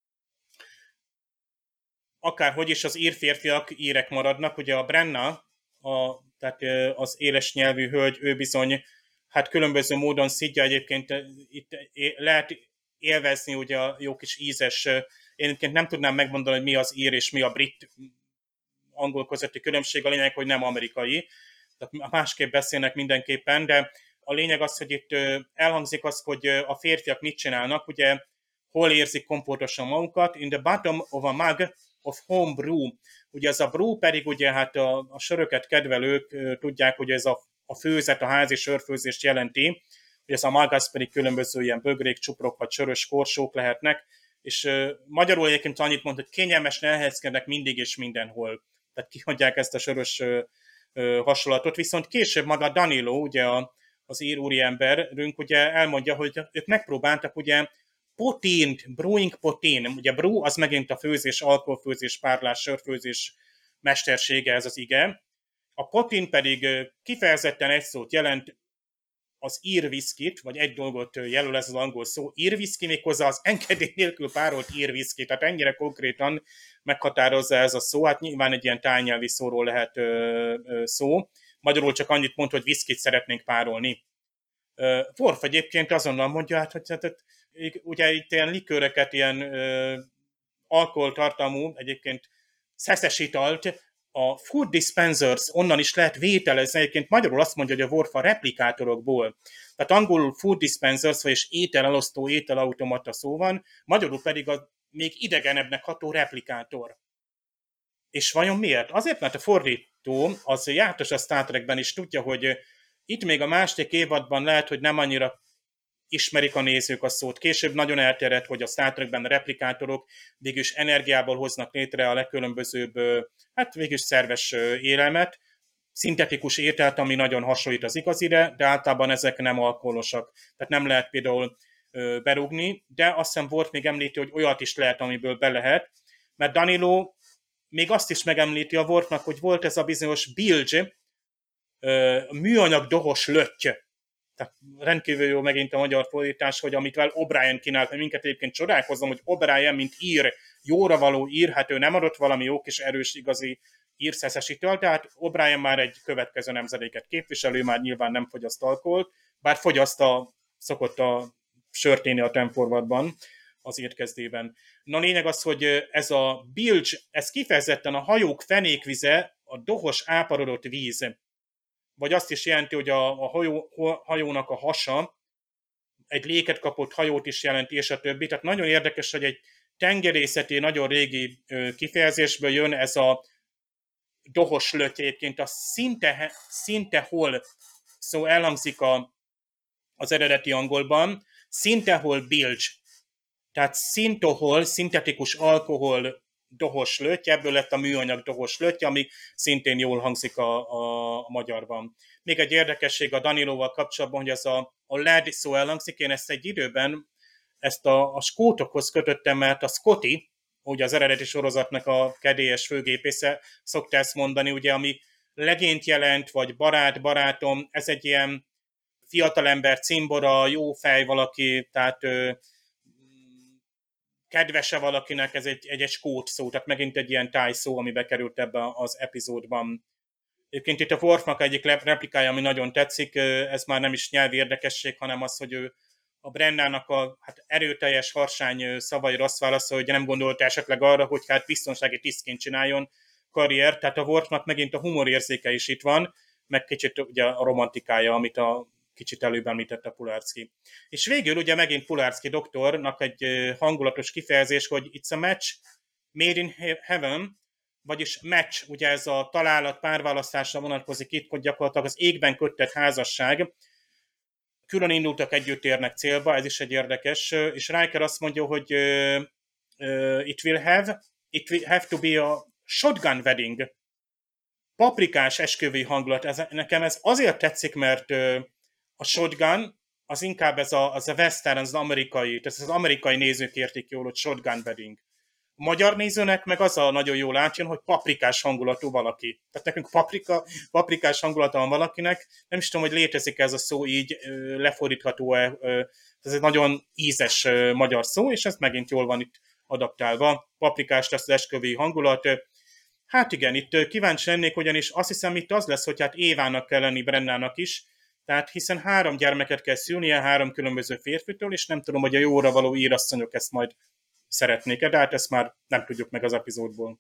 Akárhogy is az ír férfiak írek maradnak, ugye a Brenna, a, tehát az éles nyelvű hölgy, ő bizony hát különböző módon szidja egyébként, itt lehet élvezni ugye a jó kis ízes, én egyébként nem tudnám megmondani, hogy mi az ír és mi a brit angol közötti különbség, a lényeg, hogy nem amerikai, tehát másképp beszélnek mindenképpen, de a lényeg az, hogy itt elhangzik az, hogy a férfiak mit csinálnak, ugye hol érzik komfortosan magukat, in the bottom of a mug of home brew. Ugye ez a brew pedig ugye hát a, a söröket kedvelők tudják, hogy ez a, a főzet, a házi sörfőzést jelenti, hogy ez a mug az pedig különböző ilyen bögrék, csuprok vagy sörös korsók lehetnek, és uh, magyarul egyébként annyit mond, hogy kényelmesen elhelyezkednek mindig és mindenhol. Tehát kihagyják ezt a sörös uh, uh, hasonlatot, viszont később maga Danilo, ugye a, az ír úriemberünk ugye elmondja, hogy ők megpróbáltak ugye potént, brewing potén, ugye brew az megint a főzés, alkoholfőzés, párlás, sörfőzés mestersége, ez az ige. A potén pedig kifejezetten egy szót jelent, az ír viszkit, vagy egy dolgot jelöl ez az angol szó, ír viszki, méghozzá az engedély nélkül párolt ír viszki, tehát ennyire konkrétan meghatározza ez a szó, hát nyilván egy ilyen tájnyelvi szóról lehet ö, ö, szó, magyarul csak annyit mond, hogy viszkit szeretnénk párolni. Worf egyébként azonnal mondja, hát, hogy hát, ugye itt ilyen likőreket, ilyen ö, alkoholtartalmú, egyébként szeszes italt, a food dispensers, onnan is lehet vételezni, egyébként magyarul azt mondja, hogy a Worf a replikátorokból. Tehát angolul food dispensers, vagyis ételelosztó, ételautomata szó van, magyarul pedig a még idegenebbnek ható replikátor. És vajon miért? Azért, mert a fordító, az jártas a Star Trekben is tudja, hogy itt még a második évadban lehet, hogy nem annyira ismerik a nézők a szót. Később nagyon elterjedt, hogy a Star Trekben a replikátorok végülis energiából hoznak létre a legkülönbözőbb, hát végülis szerves élelmet, szintetikus ételt, ami nagyon hasonlít az igazire, de általában ezek nem alkoholosak. Tehát nem lehet például berúgni, de azt hiszem Worf még említi, hogy olyat is lehet, amiből be lehet, mert Danilo még azt is megemlíti a Worfnak, hogy volt ez a bizonyos bilge, műanyag dohos lötty. Tehát rendkívül jó megint a magyar fordítás, hogy amitvel O'Brien kínált, mert minket egyébként csodálkozom, hogy O'Brien, mint ír, jóra való ír, hát ő nem adott valami jó kis erős, igazi írszeszes ital, tehát O'Brien már egy következő nemzedéket képviselő, már nyilván nem fogyaszt alkoholt, bár fogyaszt a, szokott a sörténi a Ten Forwardban az étkezdében. Na lényeg az, hogy ez a bilge, ez kifejezetten a hajók fenékvize, a dohos áparodott víz, vagy azt is jelenti, hogy a, a hajó, hajónak a hasa egy léket kapott hajót is jelenti, és a többi. Tehát nagyon érdekes, hogy egy tengerészeti, nagyon régi kifejezésből jön ez a dohos lötty, egyébként a szinte, szinte hol szó elhangzik a, az eredeti angolban, szinte hol bilge. Tehát szintohol, szintetikus alkohol dohos lötty, ebből lett a műanyag dohos lötty, ami szintén jól hangzik a, a, a magyarban. Még egy érdekesség a Danilóval kapcsolatban, hogy ez a, a led szó elhangzik, én ezt egy időben ezt a, a skótokhoz kötöttem, mert a Scotty, ugye az eredeti sorozatnak a kedélyes főgépésze szokta ezt mondani, ugye, ami legényt jelent, vagy barát, barátom, ez egy ilyen fiatalember cimbora, jó fej valaki, tehát ö, kedvese valakinek, ez egy, egy, egy skót szó, tehát megint egy ilyen táj szó, ami bekerült ebbe az epizódban. Egyébként itt a Worfnak egyik replikája, ami nagyon tetszik, ez már nem is nyelvi érdekesség, hanem az, hogy ő a Brennának a hát erőteljes, harsány szavaira azt válaszol, hogy nem gondolta esetleg arra, hogy hát biztonsági tisztként csináljon karriert, tehát a Worfnak megint a humorérzéke is itt van, meg kicsit ugye a romantikája, amit a kicsit előbb említette Pulárszky. És végül ugye megint Pulárszky doktornak egy hangulatos kifejezés, hogy it's a match made in heaven, vagyis match, ugye ez a találat párválasztásra vonatkozik itt, hogy gyakorlatilag az égben kötött házasság, külön indultak, együtt érnek célba, ez is egy érdekes, és Riker azt mondja, hogy uh, uh, it will have, it will have to be a shotgun wedding, paprikás esküvői hangulat. Ez, nekem ez azért tetszik, mert uh, a shotgun az inkább ez a, az a western, az amerikai, tehát az amerikai nézők értik jól, hogy shotgun wedding. A magyar nézőnek meg az a nagyon jól átjön, hogy paprikás hangulatú valaki. Tehát nekünk paprika, paprikás hangulata van valakinek, nem is tudom, hogy létezik ez a szó így, lefordítható-e, ez egy nagyon ízes magyar szó, és ez megint jól van itt adaptálva. Paprikás lesz az esküvői hangulat. Hát igen, itt kíváncsi lennék, ugyanis azt hiszem itt az lesz, hogy hát Évának kell lenni Brennának is, tehát hiszen három gyermeket kell szülnie, három különböző férfitől, és nem tudom, hogy a jóra való írasszonyok ezt majd szeretnék-e, de hát ezt már nem tudjuk meg az epizódból.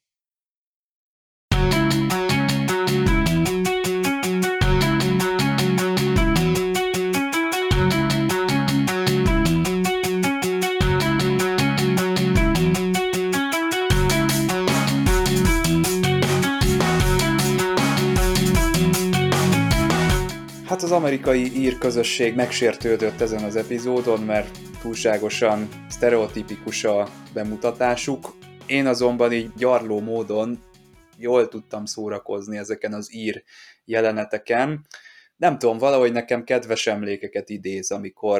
Hát az amerikai ír közösség megsértődött ezen az epizódon, mert túlságosan sztereotipikus a bemutatásuk. Én azonban így gyarló módon jól tudtam szórakozni ezeken az ír jeleneteken. Nem tudom, valahogy nekem kedves emlékeket idéz, amikor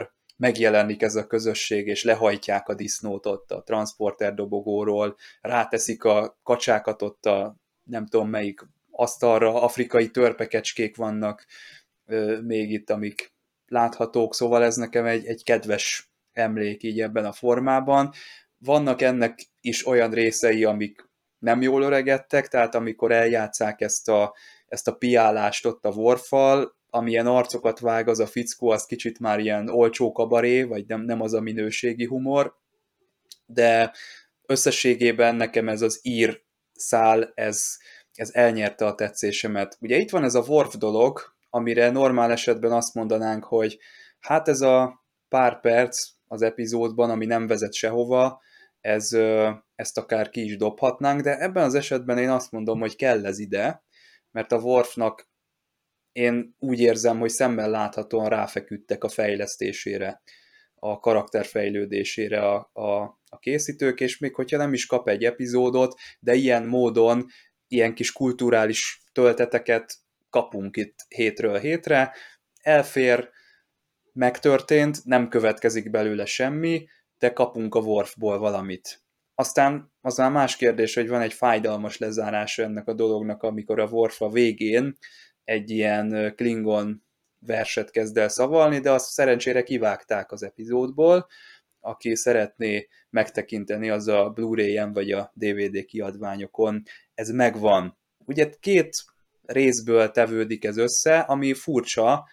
megjelenik ez a közösség, és lehajtják a disznót ott a transporter dobogóról, ráteszik a kacsákat ott a nem tudom melyik asztalra, afrikai törpekecskék vannak még itt, amik láthatók, szóval ez nekem egy, egy kedves emlék így ebben a formában. Vannak ennek is olyan részei, amik nem jól öregedtek, tehát amikor eljátszák ezt a, ezt a piálást ott a Worffal, amilyen arcokat vág az a fickó, az kicsit már ilyen olcsó kabaré, vagy nem, nem az a minőségi humor, de összességében nekem ez az ír szál, ez, ez elnyerte a tetszésemet. Ugye itt van ez a Worf dolog, amire normál esetben azt mondanánk, hogy hát ez a pár perc az epizódban, ami nem vezet sehova, ez, ezt akár ki is dobhatnánk, de ebben az esetben én azt mondom, hogy kell ez ide, mert a Worfnak én úgy érzem, hogy szemmel láthatóan ráfeküdtek a fejlesztésére, a karakterfejlődésére a, a, a készítők, és még hogyha nem is kap egy epizódot, de ilyen módon, ilyen kis kulturális tölteteket kapunk itt hétről hétre, elfér, megtörtént, nem következik belőle semmi, de kapunk a Worfból valamit. Aztán az már más kérdés, hogy van egy fájdalmas lezárása ennek a dolognak, amikor a Worf a végén egy ilyen Klingon verset kezd el szavalni, de azt szerencsére kivágták az epizódból. Aki szeretné megtekinteni, az a Blu-ray-en vagy a dé vé dé kiadványokon, ez megvan. Ugye két részből tevődik ez össze, ami furcsa,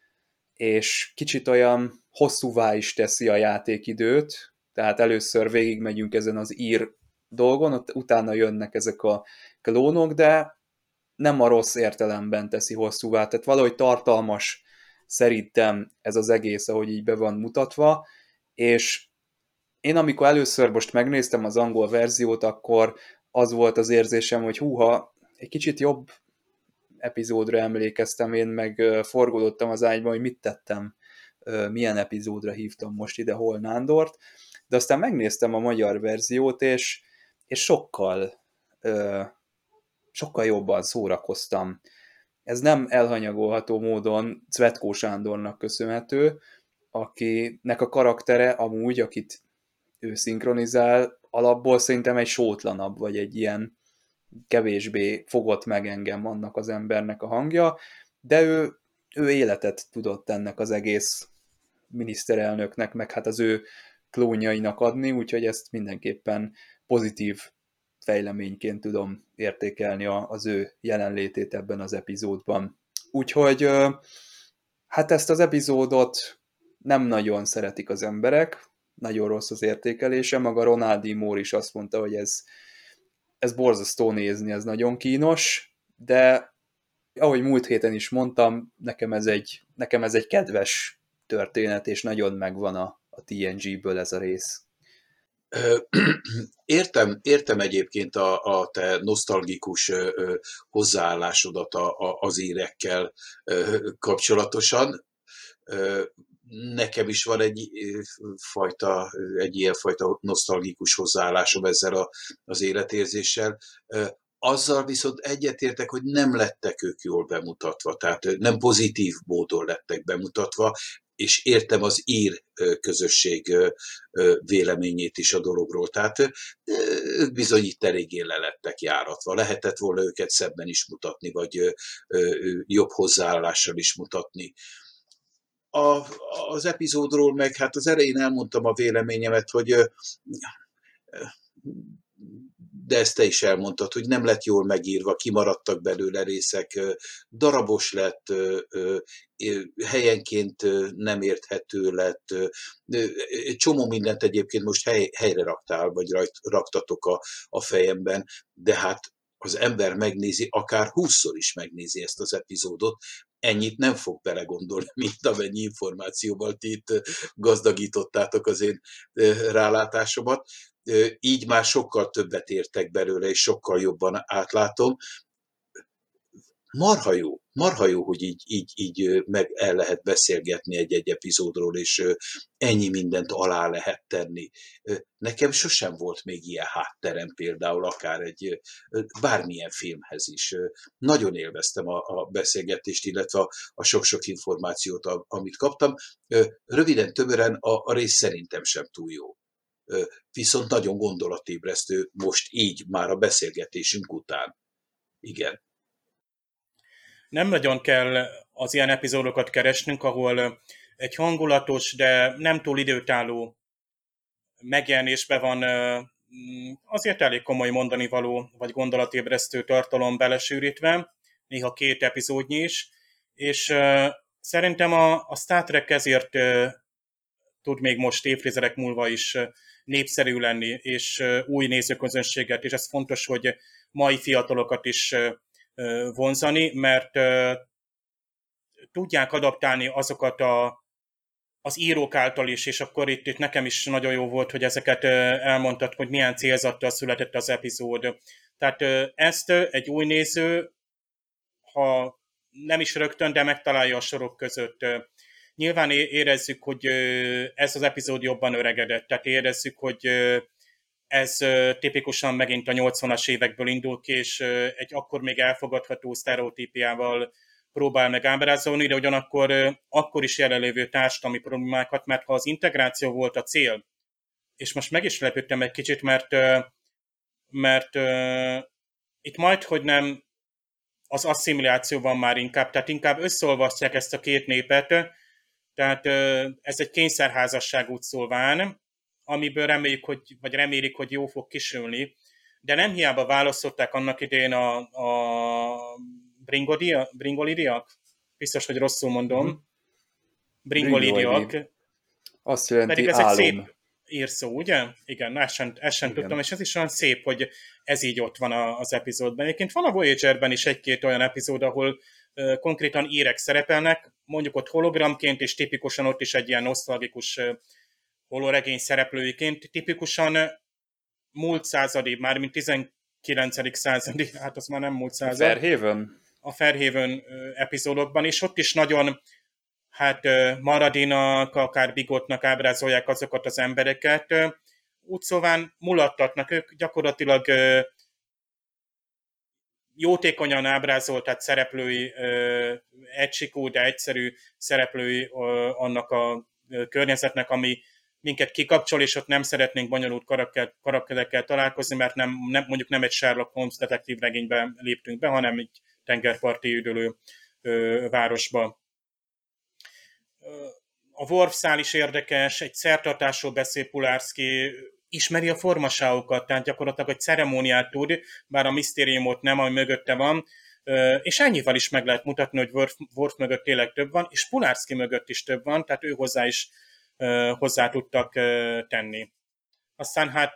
és kicsit olyan hosszúvá is teszi a játékidőt, tehát először végigmegyünk ezen az ír dolgon, ott utána jönnek ezek a klónok, de nem a rossz értelemben teszi hosszúvá, tehát valahogy tartalmas szerintem ez az egész, ahogy így be van mutatva, és én amikor először most megnéztem az angol verziót, akkor az volt az érzésem, hogy húha, egy kicsit jobb epizódra emlékeztem, én meg forgolódtam az ágyban, hogy mit tettem, milyen epizódra hívtam most ide Hol Nándort, de aztán megnéztem a magyar verziót, és, és sokkal, sokkal jobban szórakoztam. Ez nem elhanyagolható módon Cvetkó Sándornak köszönhető, akinek a karaktere amúgy, akit ő szinkronizál, alapból szerintem egy sótlanabb, vagy egy ilyen kevésbé fogott meg engem annak az embernek a hangja, de ő, ő életet tudott ennek az egész miniszterelnöknek, meg hát az ő klónjainak adni, úgyhogy ezt mindenképpen pozitív fejleményként tudom értékelni az ő jelenlétét ebben az epizódban. Úgyhogy hát ezt az epizódot nem nagyon szeretik az emberek, nagyon rossz az értékelése, maga Ronaldi Mór is azt mondta, hogy ez, ez borzasztó nézni, ez nagyon kínos, de ahogy múlt héten is mondtam, nekem ez egy, nekem ez egy kedves történet, és nagyon megvan a, a té en gé-ből ez a rész.
Értem, értem egyébként a, a te nosztalgikus hozzáállásodat a, a, az írekkel kapcsolatosan. Nekem is van egy fajta, egy ilyenfajta nosztalgikus hozzáállásom ezzel a, az életérzéssel. Azzal viszont egyetértek, hogy nem lettek ők jól bemutatva, tehát nem pozitív módon lettek bemutatva, és értem az ír közösség véleményét is a dologról. Tehát ők bizony itt eléggé le lettek járatva. Lehetett volna őket szebben is mutatni, vagy jobb hozzáállással is mutatni. A, az epizódról meg, hát az elején elmondtam a véleményemet, hogy de ezt te is elmondtad, hogy nem lett jól megírva, kimaradtak belőle részek, darabos lett, helyenként nem érthető lett, csomó mindent egyébként most hely, helyre raktál, vagy raktatok a, a fejemben, de hát az ember megnézi, akár húszszor is megnézi ezt az epizódot, ennyit nem fog belegondolni, mint amennyi információval ti itt gazdagítottátok az én rálátásomat. Így már sokkal többet értek belőle, és sokkal jobban átlátom. marha jó, marha jó, hogy így, így, így meg el lehet beszélgetni egy-egy epizódról, és ennyi mindent alá lehet tenni. Nekem sosem volt még ilyen hátterem például, akár egy bármilyen filmhez is. Nagyon élveztem a, a beszélgetést, illetve a, a sok-sok információt, amit kaptam. Röviden, tömören a, a rész szerintem sem túl jó. Viszont nagyon gondolatébresztő most így, már a beszélgetésünk után. Igen.
Nem nagyon kell az ilyen epizódokat keresnünk, ahol egy hangulatos, de nem túl időtálló megjelenésbe van azért elég komoly mondani való, vagy gondolatébresztő tartalom belesűrítve, néha két epizódnyi is, és szerintem a, a Star Trek ezért tud még most évtizedek múlva is népszerű lenni, és új nézőközönséget, és ez fontos, hogy mai fiatalokat is vonzani, mert tudják adaptálni azokat a, az írók által is, és akkor itt, itt nekem is nagyon jó volt, hogy ezeket elmondtad, hogy milyen célzattal született az epizód. Tehát ezt egy új néző, ha nem is rögtön, de megtalálja a sorok között. Nyilván érezzük, hogy ez az epizód jobban öregedett, tehát érezzük, hogy ez tipikusan megint a nyolcvanas évekből indul ki, és egy akkor még elfogadható sztereotípiával próbál meg ábrázolni, de ugyanakkor akkor is jelenlévő társadalmi problémákat, mert ha az integráció volt a cél, és most meg is lepődtem egy kicsit, mert, mert itt majd, hogy nem az asszimiláció van már inkább, tehát inkább összeolvasztják ezt a két népet, tehát ez egy kényszerházasság úgy szólván, amiből reméljük, hogy, vagy remélik, hogy jó fog kisülni, de nem hiába választották annak idején a, a Bringolidia, Bringolidiak? Biztos, hogy rosszul mondom. Mm-hmm. Bringolidiak.
Azt jelenti
pedig ez
álom.
egy szép írszó, ugye? Igen, ezt sem, ezt sem tudtam, és ez is olyan szép, hogy ez így ott van az epizódban. Egyébként van a Voyagerben is egy-két olyan epizód, ahol uh, konkrétan írek szerepelnek, mondjuk ott hologramként, és tipikusan ott is egy ilyen nosztalgikus uh, holoregény szereplőiként, tipikusan múlt századi, mármint tizenkilencedik századi, hát az már nem múlt század.
A Fairhaven?
A Fairhaven epizódokban, és ott is nagyon hát Maradinak, akár Bigotnak ábrázolják azokat az embereket. Úgy szóval mulattatnak, ők gyakorlatilag jótékonyan ábrázolt, tehát szereplői, egysikú, de egyszerű szereplői annak a környezetnek, ami minket kikapcsol, és ott nem szeretnénk bonyolult karakterekkel találkozni, mert nem, nem, mondjuk nem egy Sherlock Holmes detektív regénybe léptünk be, hanem egy tengerparti üdülő ö, városba. A Worf-szál is érdekes, egy szertartásról beszél Pulárszky, ismeri a formaságokat, tehát gyakorlatilag egy ceremóniát tud, bár a misztériumot nem, ami mögötte van, és ennyivel is meg lehet mutatni, hogy Worf, Worf mögött tényleg több van, és Pulárszky mögött is több van, tehát ő hozzá is hozzá tudtak tenni. Aztán hát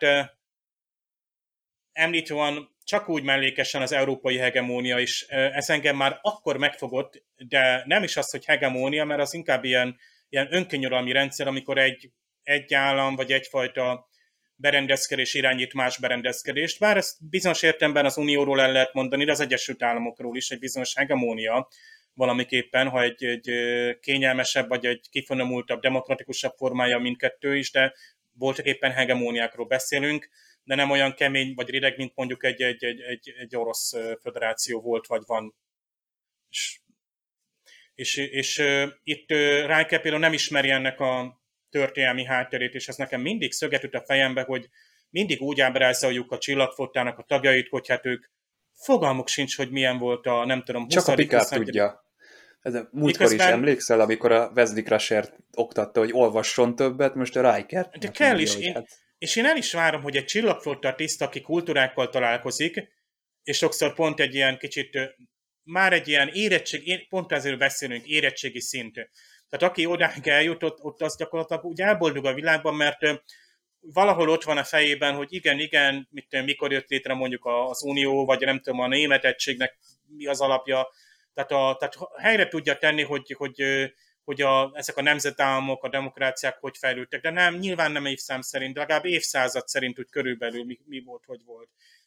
említően csak úgy mellékesen az európai hegemónia is, ez engem már akkor megfogott, de nem is az, hogy hegemónia, mert az inkább ilyen, ilyen önkönyöralmi rendszer, amikor egy, egy állam vagy egyfajta berendezkedés irányít más berendezkedést, bár ezt bizonyos értelemben az Unióról el lehet mondani, de az Egyesült Államokról is egy bizonyos hegemónia valamiképpen, ha egy, egy kényelmesebb vagy egy kifinomultabb, demokratikusabb formája mindkettő is, de voltak éppen hegemóniákról beszélünk, de nem olyan kemény vagy rideg, mint mondjuk egy, egy, egy, egy, egy orosz föderáció volt, vagy van. És, és, és uh, itt uh, Riker például nem ismeri ennek a történelmi hátterét, és ez nekem mindig szöget üt a fejembe, hogy mindig úgy ábrázoljuk a Csillagflottának a tagjait, hogy hát ők fogalmuk sincs, hogy milyen volt a, nem tudom,
csak a Picard tudja. Ez a múltkor Miközben... is emlékszel, amikor a Wesley Crusher oktatta, hogy olvasson többet, most a Riker.
De kell is, én, hát... és én el is várom, hogy egy Csillagflotta tiszt, aki kultúrákkal találkozik, és sokszor pont egy ilyen kicsit, már egy ilyen érettség, pont ezért beszélünk, érettségi szint. Tehát aki odáig eljutott, ott az gyakorlatilag úgy elboldog a világban, mert valahol ott van a fejében, hogy igen, igen, mit, mikor jött létre mondjuk az Unió, vagy nem tudom, a német egységnek mi az alapja. Tehát, a, tehát helyre tudja tenni, hogy, hogy, hogy a, ezek a nemzetállamok, a demokráciák hogy fejlődtek. De nem, nyilván nem évszám szerint, de legalább évszázad szerint, hogy körülbelül mi, mi volt, hogy volt.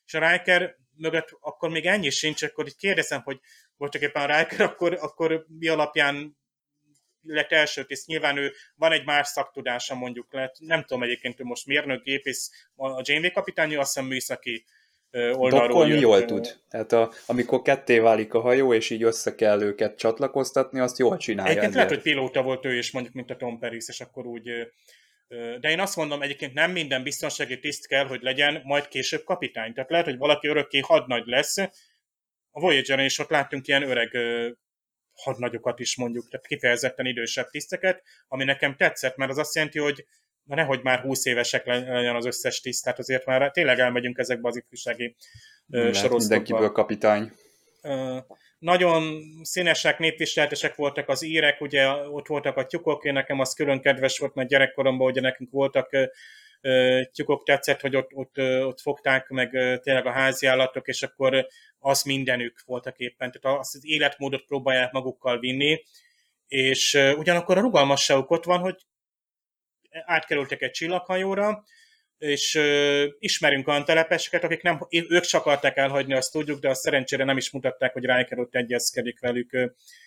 És a Riker mögött akkor még ennyi sincs, akkor itt kérdezem, hogy voltak éppen a Riker, akkor, akkor mi alapján lett első tiszt. Nyilván ő van egy más szaktudása, mondjuk lehet, nem tudom egyébként, hogy most mérnök, gépész, a Janeway kapitány, azt hiszem műszaki oldalról
Dokkolni
jött.
jól tud. Tehát a, amikor ketté válik a hajó, és így össze kell őket csatlakoztatni, azt jól csinálja.
Egyébként
ezért.
lehet, hogy pilóta volt ő is, mondjuk, mint a Tom Paris, és akkor úgy... De én azt mondom, egyébként nem minden biztonsági tiszt kell, hogy legyen majd később kapitány. Tehát lehet, hogy valaki örökké hadnagy lesz. A Voyager-en is ott láttunk ilyen öreg hadnagyokat is, mondjuk, tehát kifejezetten idősebb tiszteket, ami nekem tetszett, mert az azt jelenti, hogy na nehogy már húsz évesek legyen az összes tiszt, tehát azért már tényleg elmegyünk ezekbe az ifjúsági sorozatokba.
Mindenkiből kapitány.
Nagyon színesek, népviseletesek voltak az írek, ugye ott voltak a tyúkok, én nekem az külön kedves volt, mert gyerekkoromban ugye nekünk voltak tyúkok, tetszett, hogy ott, ott, ott fogták meg tényleg a háziállatok, és akkor az mindenük voltak éppen, tehát azt az életmódot próbálják magukkal vinni, és ugyanakkor a rugalmasságuk ott van, hogy átkerültek egy csillaghajóra, és uh, ismerünk olyan telepeseket, akik nem, ők csak akarták elhagyni, azt tudjuk, de azt szerencsére nem is mutatták, hogy Riker ott egyezkedik velük. Uh,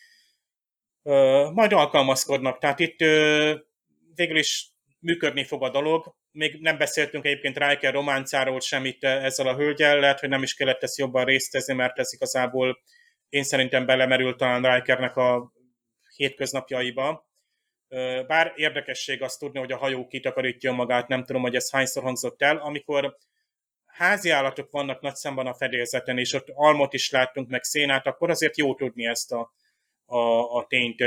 majd alkalmazkodnak. Tehát itt uh, végül is működni fog a dolog. Még nem beszéltünk egyébként Riker románcáról semmit ezzel a hölgyel, lehet, hogy nem is kellett ezt jobban résztezni, mert ez igazából én szerintem belemerült talán Rikernek a hétköznapjaiba. Bár érdekesség azt tudni, hogy a hajó kitakarítja magát, nem tudom, hogy ez hányszor hangzott el, amikor házi állatok vannak nagy számban a fedélzeten, és ott almot is láttunk, meg szénát, akkor azért jó tudni ezt a, a, a tényt.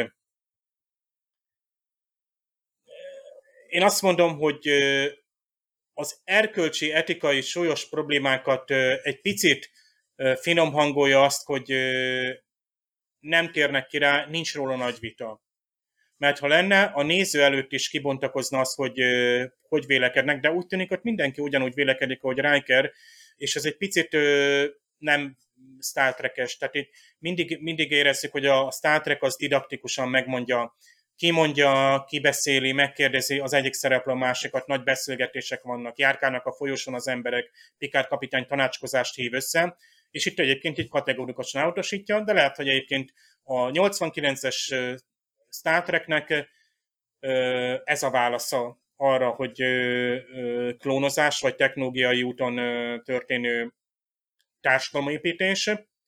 Én azt mondom, hogy az erkölcsi, etikai, súlyos problémákat egy picit finom hangolja azt, hogy nem térnek ki rá, nincs róla nagy vita. Mert ha lenne, a néző előtt is kibontakozna az, hogy uh, hogy vélekednek, de úgy tűnik, hogy mindenki ugyanúgy vélekedik, ahogy Riker, és ez egy picit uh, nem Star Trek-es. Tehát itt mindig, mindig érezzük, hogy a Star Trek az didaktikusan megmondja, ki mondja, ki beszéli, megkérdezi az egyik szereplő a másikat, nagy beszélgetések vannak, járkálnak a folyosón az emberek, Picard kapitány tanácskozást hív össze, és itt egyébként így kategórikusan elutasítja, de lehet, hogy egyébként a nyolcvankilences Star Treknek ez a válasza arra, hogy klónozás vagy technológiai úton történő társadalomépítés.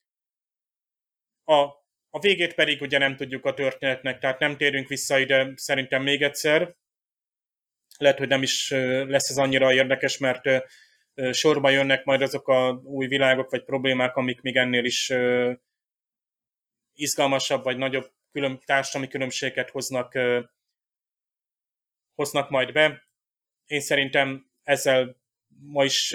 A, a végét pedig ugye nem tudjuk a történetnek, tehát nem térünk vissza ide szerintem még egyszer. Lehet, hogy nem is lesz ez annyira érdekes, mert sorba jönnek majd azok a új világok vagy problémák, amik még ennél is izgalmasabb vagy nagyobb külön, társadalmi különbséget hoznak, hoznak majd be. Én szerintem ezzel ma is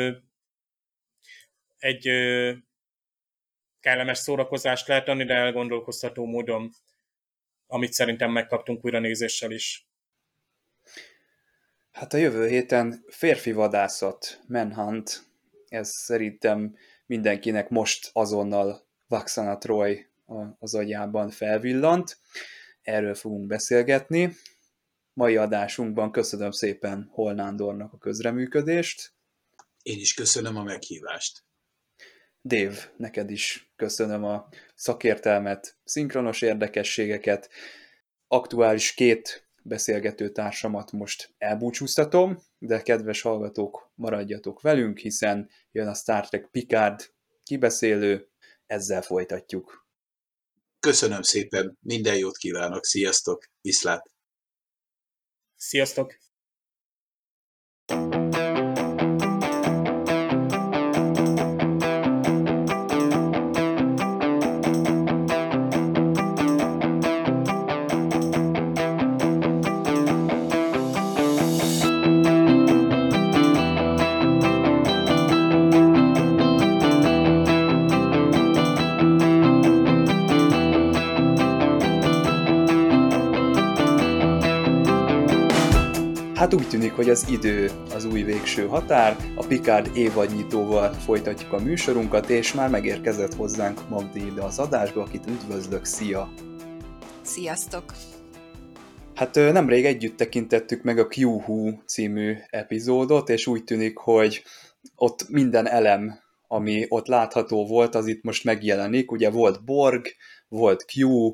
egy kellemes szórakozást lehet adni, de elgondolkoztató módon, amit szerintem megkaptunk újranézéssel is.
Hát a jövő héten férfi vadászat, Manhunt, ez szerintem mindenkinek most azonnal Vaxana Troy az agyában felvillant. Erről fogunk beszélgetni. Mai adásunkban köszönöm szépen Hol Nándornak a közreműködést.
Én is köszönöm a meghívást.
Dave, neked is köszönöm a szakértelmet, szinkronos érdekességeket. Aktuális két beszélgető társamat most elbúcsúztatom, de kedves hallgatók, maradjatok velünk, hiszen jön a Star Trek Picard kibeszélő, ezzel folytatjuk.
Köszönöm szépen, minden jót kívánok, sziasztok, viszlát!
Sziasztok!
Hát úgy tűnik, hogy az idő az új végső határ, a Picard évadnyitóval folytatjuk a műsorunkat, és már megérkezett hozzánk Magdi ide az adásba, akit üdvözlök, szia!
Sziasztok!
Hát nemrég együtt tekintettük meg a Q-Who című epizódot, és úgy tűnik, hogy ott minden elem, ami ott látható volt, az itt most megjelenik. Ugye volt Borg, volt Q,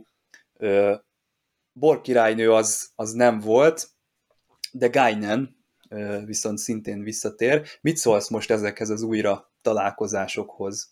Borg királynő az, az nem volt, de Guinan viszont szintén visszatér. Mit szólsz most ezekhez az újra találkozásokhoz?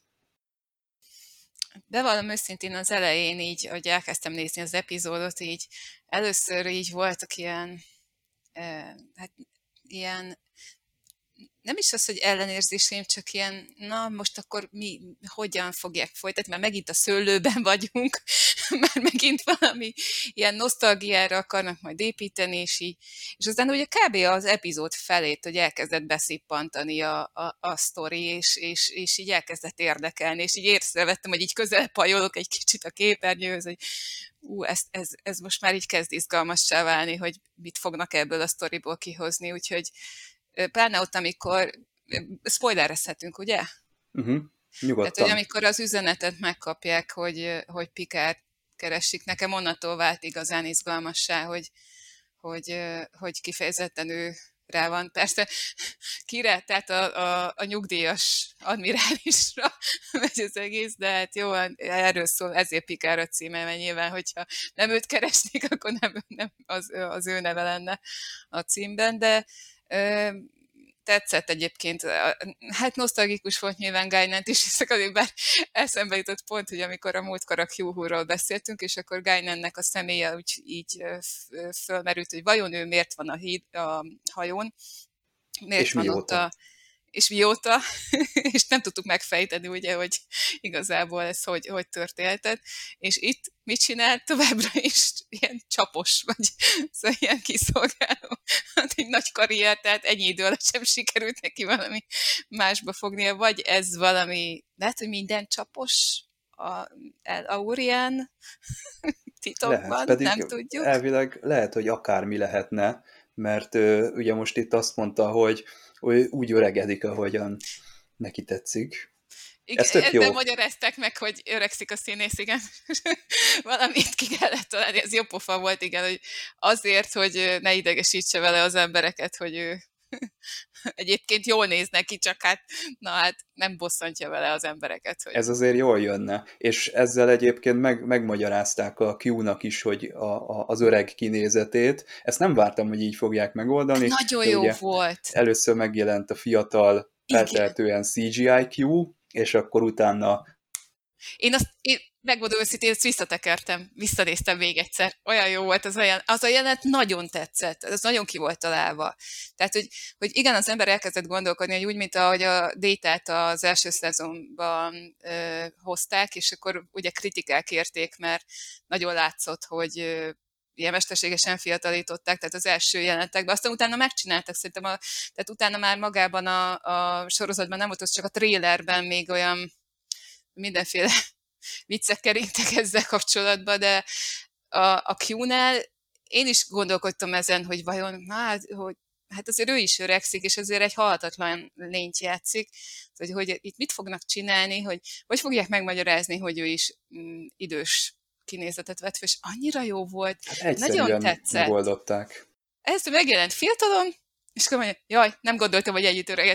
Bevallom őszintén az elején így, hogy elkezdtem nézni az epizódot, így először így voltak ilyen, eh, hát ilyen, nem is az, hogy ellenérzéseim, csak ilyen, na most akkor mi, hogyan fogják folytatni, mert megint a szőlőben vagyunk, már megint valami ilyen nosztalgiára akarnak majd építeni, és így, és aztán ugye kb. Az epizód felét, hogy elkezdett beszippantani a, a, a sztori, és, és, és így elkezdett érdekelni, és így észrevettem, hogy így közelebb hajolok egy kicsit a képernyőhöz, hogy ú, ez, ez, ez most már így kezd izgalmassá válni, hogy mit fognak ebből a sztoriból kihozni, úgyhogy pláne ott, amikor spoilerezhetünk, ugye?
Uh-huh. Nyugodtan.
Tehát, hogy amikor az üzenetet megkapják, hogy, hogy Picard keresik, nekem onnantól vált igazán izgalmassá, hogy, hogy, hogy kifejezetten ő rá van. Persze kire, tehát a, a, a nyugdíjas admirálisra megy az egész, de hát jó, erről szól, ezért Picard a címe, mert nyilván, hogyha nem őt keresnék, akkor nem, nem az, az ő neve lenne a címben, de tetszett egyébként, hát nosztalgikus volt nyilván Guinant is, hiszek azért, bár eszembe jutott pont, hogy amikor a múltkor a Q-ról beszéltünk, és akkor Guinannek a személye úgy így fölmerült, hogy vajon ő miért van a, híd, a hajón, miért
és
van
mióta?
ott a és mióta, és nem tudtuk megfejteni, ugye, hogy igazából ez hogy, hogy történhetett, és itt mit csinál? Továbbra is ilyen csapos, vagy szóval ilyen kiszolgáló. Hát egy nagy karrier, tehát ennyi idő alatt sem sikerült neki valami másba fognia, vagy ez valami, lehet, hogy minden csapos a Aurian titokban,
lehet, pedig
nem tudjuk.
Elvileg lehet, hogy akármi lehetne, mert uh, ugye most itt azt mondta, hogy úgy öregedik, ahogyan neki tetszik.
Igen,
ez tök
ezzel
jó.
magyarázták meg, hogy öregszik a színész, igen. Valamit ki kellett találni, ez jó pofa volt, igen, hogy azért, hogy ne idegesítse vele az embereket, hogy ő egyébként jól néz neki, csak hát, na hát nem bosszantja vele az embereket. Hogy...
Ez azért jól jönne, és ezzel egyébként meg, megmagyarázták a Q-nak is, hogy a, a, az öreg kinézetét. Ezt nem vártam, hogy így fogják megoldani.
Nagyon jó volt.
Először megjelent a fiatal, feltehetően cé gé í Q, és akkor utána...
Én azt, én megmondom őszintén, ezt visszatekertem, visszanéztem még egyszer. Olyan jó volt az a jelenet, az a jelenet nagyon tetszett, az nagyon ki volt találva. Tehát, hogy, hogy igen, az ember elkezdett gondolkodni, hogy úgy, mint ahogy a Détát az első szezonban ö, hozták, és akkor ugye kritikák érték, mert nagyon látszott, hogy ö, ilyen mesterségesen fiatalították, tehát az első jelenetekben, aztán utána megcsináltak, szerintem, a, tehát utána már magában a, a sorozatban nem volt, az csak a trélerben még olyan mindenféle viccek keringtek ezzel kapcsolatban, de a, a Q-nál én is gondolkodtam ezen, hogy vajon, hát, hogy, hát azért ő is öregszik, és azért egy halhatatlan lényt játszik, hogy, hogy itt mit fognak csinálni, hogy hogy fogják megmagyarázni, hogy ő is mm, idős kinézetet vett, és annyira jó volt,
hát
nagyon tetszett.
Megoldották.
Ezt megjelent fiatalon, és akkor mondja, jaj, nem gondoltam, hogy együtt öreget,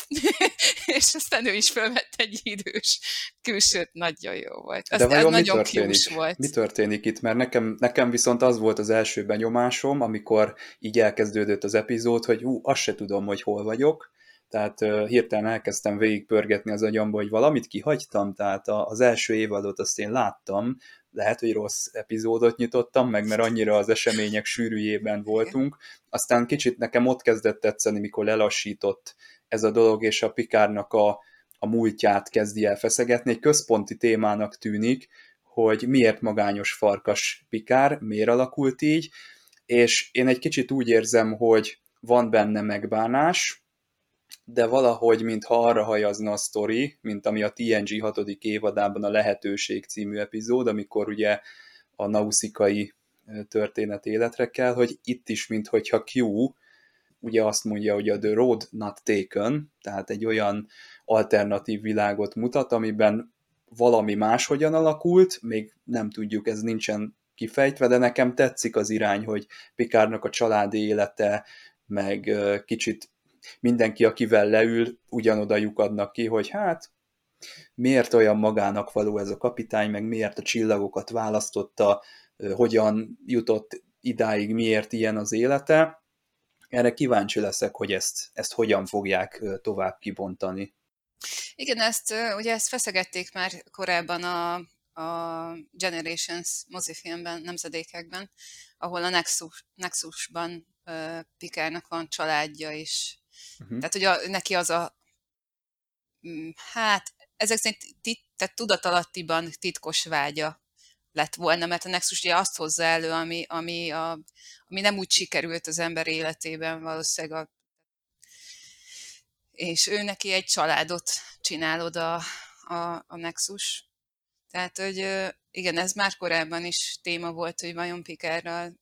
és aztán ő is felvett egy idős külsőt, nagyon jó volt. Az,
De vajon
az
mi
nagyon
történik?
volt.
Mi történik itt? Mert nekem, nekem viszont az volt az első benyomásom, amikor így elkezdődött az epizód, hogy hú, azt se tudom, hogy hol vagyok. Tehát uh, hirtelen elkezdtem végigpörgetni az agyamba, hogy valamit kihagytam, tehát a, az első évadot azt én láttam, lehet, hogy rossz epizódot nyitottam meg, mert annyira az események sűrűjében voltunk. Aztán kicsit nekem ott kezdett tetszeni, mikor lelassított ez a dolog, és a Picardnak a, a múltját kezdi el feszegetni. Egy központi témának tűnik, hogy miért magányos farkas Picard, miért alakult így, és én egy kicsit úgy érzem, hogy van benne megbánás, de valahogy, mintha arra hajazna a sztori, mint ami a té en gé hatodik évadában a Lehetőség című epizód, amikor ugye a nauszikai történet életre kell, hogy itt is, minthogyha Q ugye azt mondja, hogy a The Road Not Taken, tehát egy olyan alternatív világot mutat, amiben valami máshogyan alakult, még nem tudjuk, ez nincsen kifejtve, de nekem tetszik az irány, hogy Picardnak a családi élete, meg kicsit mindenki, akivel leül, ugyanoda lyukadnak ki, hogy hát miért olyan magának való ez a kapitány, meg miért a csillagokat választotta, hogyan jutott idáig, miért ilyen az élete. Erre kíváncsi leszek, hogy ezt, ezt hogyan fogják tovább kibontani.
Igen, ezt, ugye ezt feszegették már korábban a, a Generations mozifilmben, nemzedékekben, ahol a Nexus, Nexusban uh, Picardnak van családja is. Uh-huh. Tehát, hogy a, neki az a hát, ezek szerint tit, tehát tudatalattiban titkos vágya lett volna, mert a Nexus ugye azt hozza elő, ami, ami, a, ami nem úgy sikerült az ember életében valószínűleg a és ő neki egy családot csinál oda a, a Nexus. Tehát, hogy igen, ez már korábban is téma volt, hogy vajon Picardral,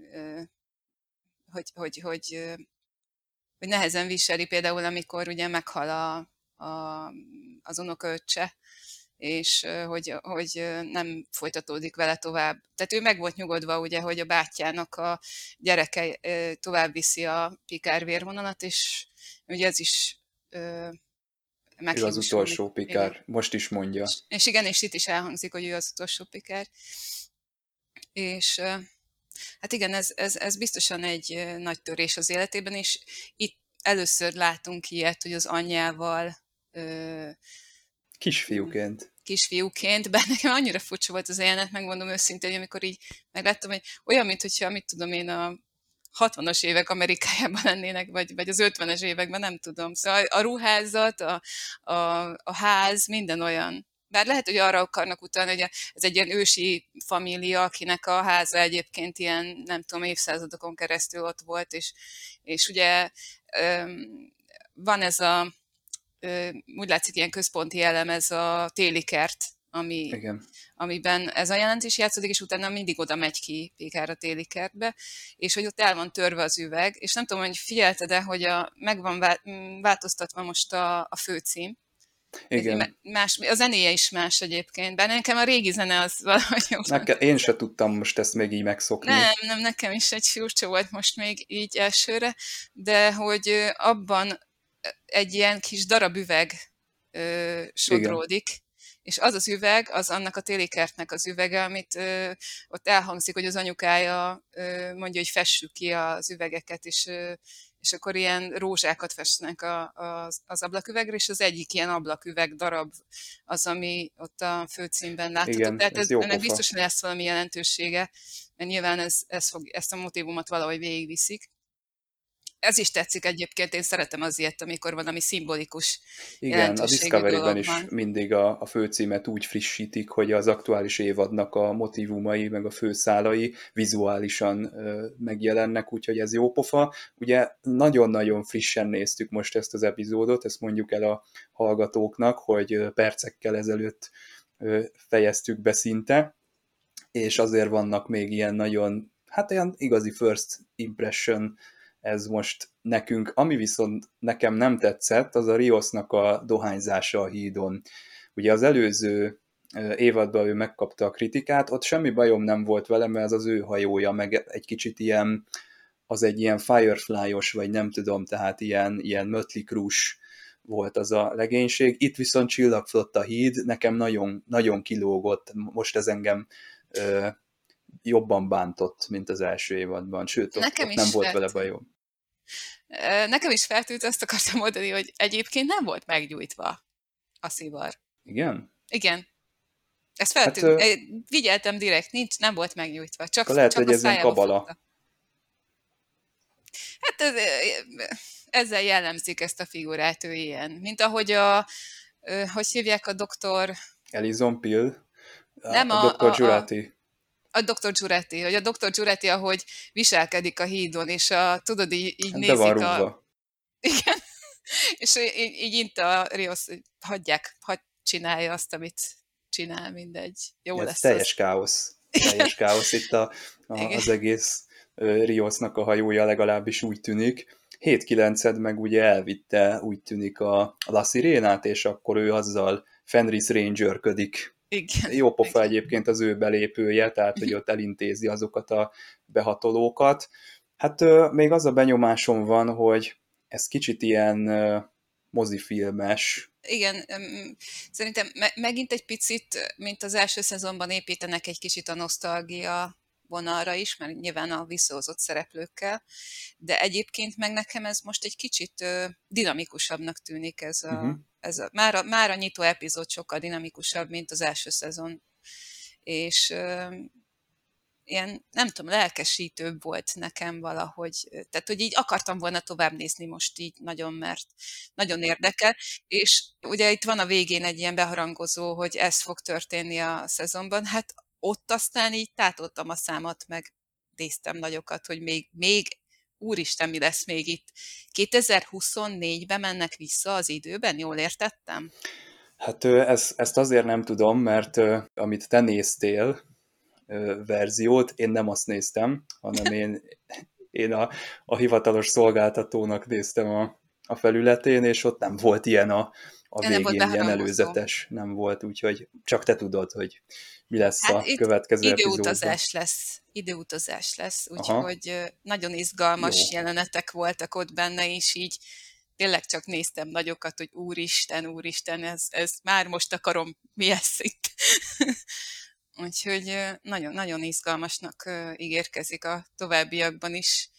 hogy, hogy, hogy, hogy nehezen viseli például, amikor ugye meghal a, a, az unokaöccse, és hogy, hogy nem folytatódik vele tovább. Tehát ő meg volt nyugodva, ugye, hogy a bátyjának a gyereke tovább viszi a Picard vérvonalat, és ugye ez is
ő az utolsó Picard, igen. Most is mondja.
És, és igen, és itt is elhangzik, hogy ő az utolsó Picard. És hát igen, ez, ez, ez biztosan egy nagy törés az életében, és itt először látunk ilyet, hogy az anyjával
kisfiúként.
Kisfiúként, bár nekem annyira furcsa volt az a jelenet, megmondom őszintén, amikor így megláttam, hogy olyan, mintha, mit tudom én, a hatvanas évek Amerikájában lennének, vagy, vagy az ötvenes években, nem tudom. Szóval a ruházat, a, a, a ház, minden olyan. Bár lehet, hogy arra akarnak utalni, hogy ez egy ilyen ősi família, akinek a háza egyébként ilyen, nem tudom, évszázadokon keresztül ott volt, és, és ugye van ez a, úgy látszik, ilyen központi elem, ez a téli kert, ami, amiben ez a jelentés játszódik, és utána mindig oda megy ki Picard a téli kertbe, és hogy ott el van törve az üveg, és nem tudom, hogy figyelted-e, hogy a, meg van változtatva most a, a főcím.
Igen.
Más, a zenéje is más egyébként, bár nekem a régi zene az valahogy jobban.
Nekem, én se tudtam most ezt még így megszokni.
Nem, nem, nekem is egy furcsa volt most még így elsőre, de hogy abban egy ilyen kis darab üveg ö, sodródik, igen. És az az üveg, az annak a téli kertnek az üvege, amit ö, ott elhangzik, hogy az anyukája ö, mondja, hogy fessük ki az üvegeket, és, ö, és akkor ilyen rózsákat festnek a, a, az ablaküvegre, és az egyik ilyen ablaküveg darab az, ami ott a főcímben látható.
Igen,
Tehát
ez
ez, ennek biztosan lesz valami jelentősége, mert nyilván ez, ez fog, ezt a motívumot valahogy végigviszik. Ez is tetszik egyébként, én szeretem az ilyet, amikor valami szimbolikus
igen, a Discovery-ben is mindig a, a főcímet úgy frissítik, hogy az aktuális évadnak a motívumai, meg a főszálai vizuálisan ö, megjelennek, úgyhogy ez jó pofa. Ugye nagyon-nagyon frissen néztük most ezt az epizódot, ezt mondjuk el a hallgatóknak, hogy percekkel ezelőtt ö, fejeztük be szinte, és azért vannak még ilyen nagyon, hát olyan igazi first impression ez most nekünk. Ami viszont nekem nem tetszett, az a Riosnak a dohányzása a hídon. Ugye az előző évadban ő megkapta a kritikát, ott semmi bajom nem volt vele, mert ez az ő hajója, meg egy kicsit ilyen, az egy ilyen Firefly-os, vagy nem tudom, tehát ilyen, ilyen Mötley Crue-s volt az a legénység. Itt viszont Csillagflotta híd, nekem nagyon, nagyon kilógott, most ez engem ö, jobban bántott, mint az első évadban, sőt, ott, ott nem volt vele bajom.
Nekem is feltűnt, azt akartam mondani, hogy egyébként nem volt meggyújtva a szivar.
Igen?
Igen. Ezt feltűnt. Hát, vigyeltem direkt, nincs, nem volt meggyújtva. Csak,
lehet,
csak
hogy ez ilyen kabala.
Fogta. Hát ez, ezzel jellemzik ezt a figurát, ő ilyen. Mint ahogy a, hogy hívják a doktor...
Ellison Pill?
Nem
a, a doktor Jurati.
A doktor Jurati, hogy a doktor Jurati, ahogy viselkedik a hídon, és a, tudod, így, így
hát
nézik
van
a... Igen. És így, így int a Rios, hogy hagyják, hadd csinálja azt, amit csinál, mindegy. Jó
ja,
lesz
teljes
az.
káosz. Teljes káosz itt a, a, az egész uh, Riosnak a hajója, legalábbis úgy tűnik. hét kilenced meg ugye elvitte, úgy tűnik a, a La Sirenát, és akkor ő azzal Fenris Ranger-ködik.
Igen.
Jó pofa egyébként az ő belépője, tehát hogy ott elintézi azokat a behatolókat. Hát euh, még az a benyomásom van, hogy ez kicsit ilyen uh, mozifilmes.
Igen, szerintem me- megint egy picit, mint az első szezonban építenek egy kicsit a nosztalgia vonalra is, mert nyilván a visszahozott szereplőkkel, de egyébként meg nekem ez most egy kicsit ö, dinamikusabbnak tűnik ez a, uh-huh. ez a már, a, már a nyitó epizód sokkal dinamikusabb, mint az első szezon, és ö, ilyen, nem tudom, lelkesítőbb volt nekem valahogy, tehát hogy így akartam volna tovább nézni most így nagyon, mert nagyon érdekel, és ugye itt van a végén egy ilyen beharangozó, hogy ez fog történni a szezonban, hát ott aztán így tátoltam a számat, meg néztem nagyokat, hogy még, még úristen, mi lesz még itt. kétezer-huszonnégyben mennek vissza az időben, jól értettem?
Hát ez, ezt azért nem tudom, mert amit te néztél, verziót, én nem azt néztem, hanem én, én a, a hivatalos szolgáltatónak néztem a, a felületén, és ott nem volt ilyen a, a végén, ilyen előzetes, nem volt, úgyhogy csak te tudod, hogy mi lesz hát a következő epizódban.
Időutazás lesz, időutazás lesz, úgyhogy nagyon izgalmas Jó. jelenetek voltak ott benne, és így tényleg csak néztem nagyokat, hogy úristen, úristen, ez, ez már most akarom, mi lesz itt. Úgyhogy nagyon-nagyon izgalmasnak ígérkezik a továbbiakban is.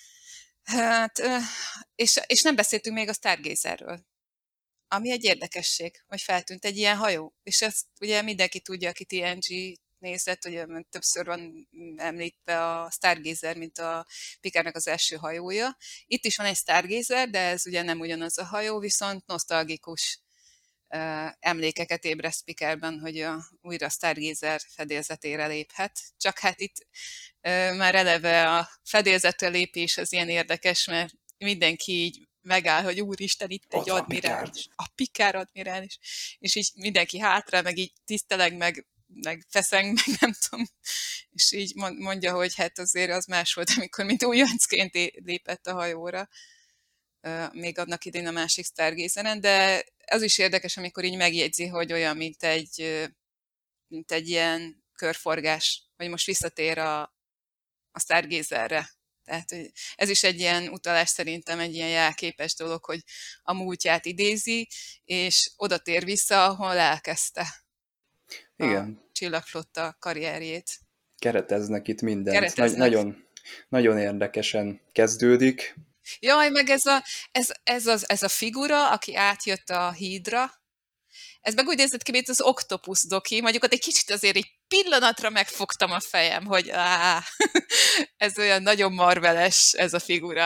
Hát, és, és nem beszéltünk még a Stargazerről, ami egy érdekesség, hogy feltűnt egy ilyen hajó. És ezt ugye mindenki tudja, aki té en gé nézett, ugye többször van említve a Stargazer, mint a Picardnak az első hajója. Itt is van egy Stargazer, de ez ugye nem ugyanaz a hajó, viszont nosztalgikus emlékeket ébreszt Picardban, hogy a, újra Stargazer fedélzetére léphet. Csak hát itt e, már eleve a fedélzetre lépés az ilyen érdekes, mert mindenki így megáll, hogy úristen, itt egy admirális, a Picard admirális, és így mindenki hátra, meg így tiszteleg, meg, meg feszeng, meg nem tudom, és így mondja, hogy hát azért az más volt, amikor mint újoncként lépett a hajóra, még annak idén a másik Stargazeren, de az is érdekes, amikor így megjegyzi, hogy olyan, mint egy, mint egy ilyen körforgás, hogy most visszatér a, a Stargazerre. Tehát ez is egy ilyen utalás szerintem, egy ilyen jelképes dolog, hogy a múltját idézi, és oda tér vissza, ahol elkezdte
Igen.
a Csillagflotta karrierjét.
Kereteznek itt mindent. Kereteznek. Nagy, nagyon, nagyon érdekesen kezdődik.
Jaj, meg ez a, ez, ez, az, ez a figura, aki átjött a hídra, ez meg úgy nézett ki, mint az Octopus doki, mondjuk ott egy kicsit azért egy pillanatra megfogtam a fejem, hogy áh, ez olyan nagyon marveles ez a figura.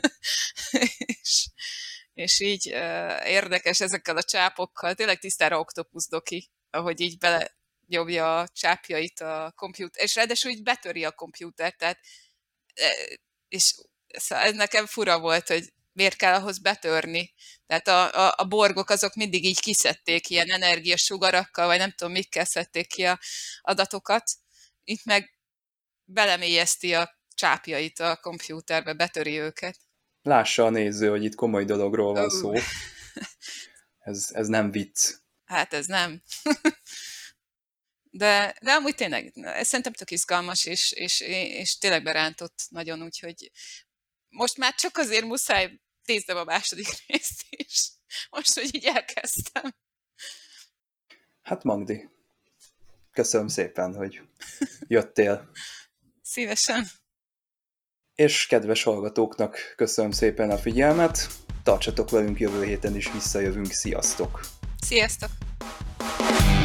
és, és így uh, érdekes ezekkel a csápokkal, tényleg tisztára Octopus doki, ahogy így belenyomja a csápjait a kompjúter, és ráadásul így betöri a kompjútert, tehát és szóval ez nekem fura volt, hogy miért kell ahhoz betörni. Tehát a, a, a borgok azok mindig így kiszedték ilyen energiasugarakkal, vagy nem tudom, mikkel szedték ki a adatokat. Itt meg belemélyezti a csápjait a kompjúterbe, betöri őket.
Lássa a néző, hogy itt komoly dologról van szó. Ez, ez nem vicc.
Hát ez nem. De, de amúgy tényleg, ez szerintem tök izgalmas, és, és, és tényleg berántott nagyon, úgyhogy most már csak azért muszáj néznem a második részt is. Most, hogy így elkezdtem.
Hát Magdi, köszönöm szépen, hogy jöttél.
Szívesen.
És kedves hallgatóknak köszönöm szépen a figyelmet. Tartsatok velünk, jövő héten is visszajövünk. Sziasztok!
Sziasztok!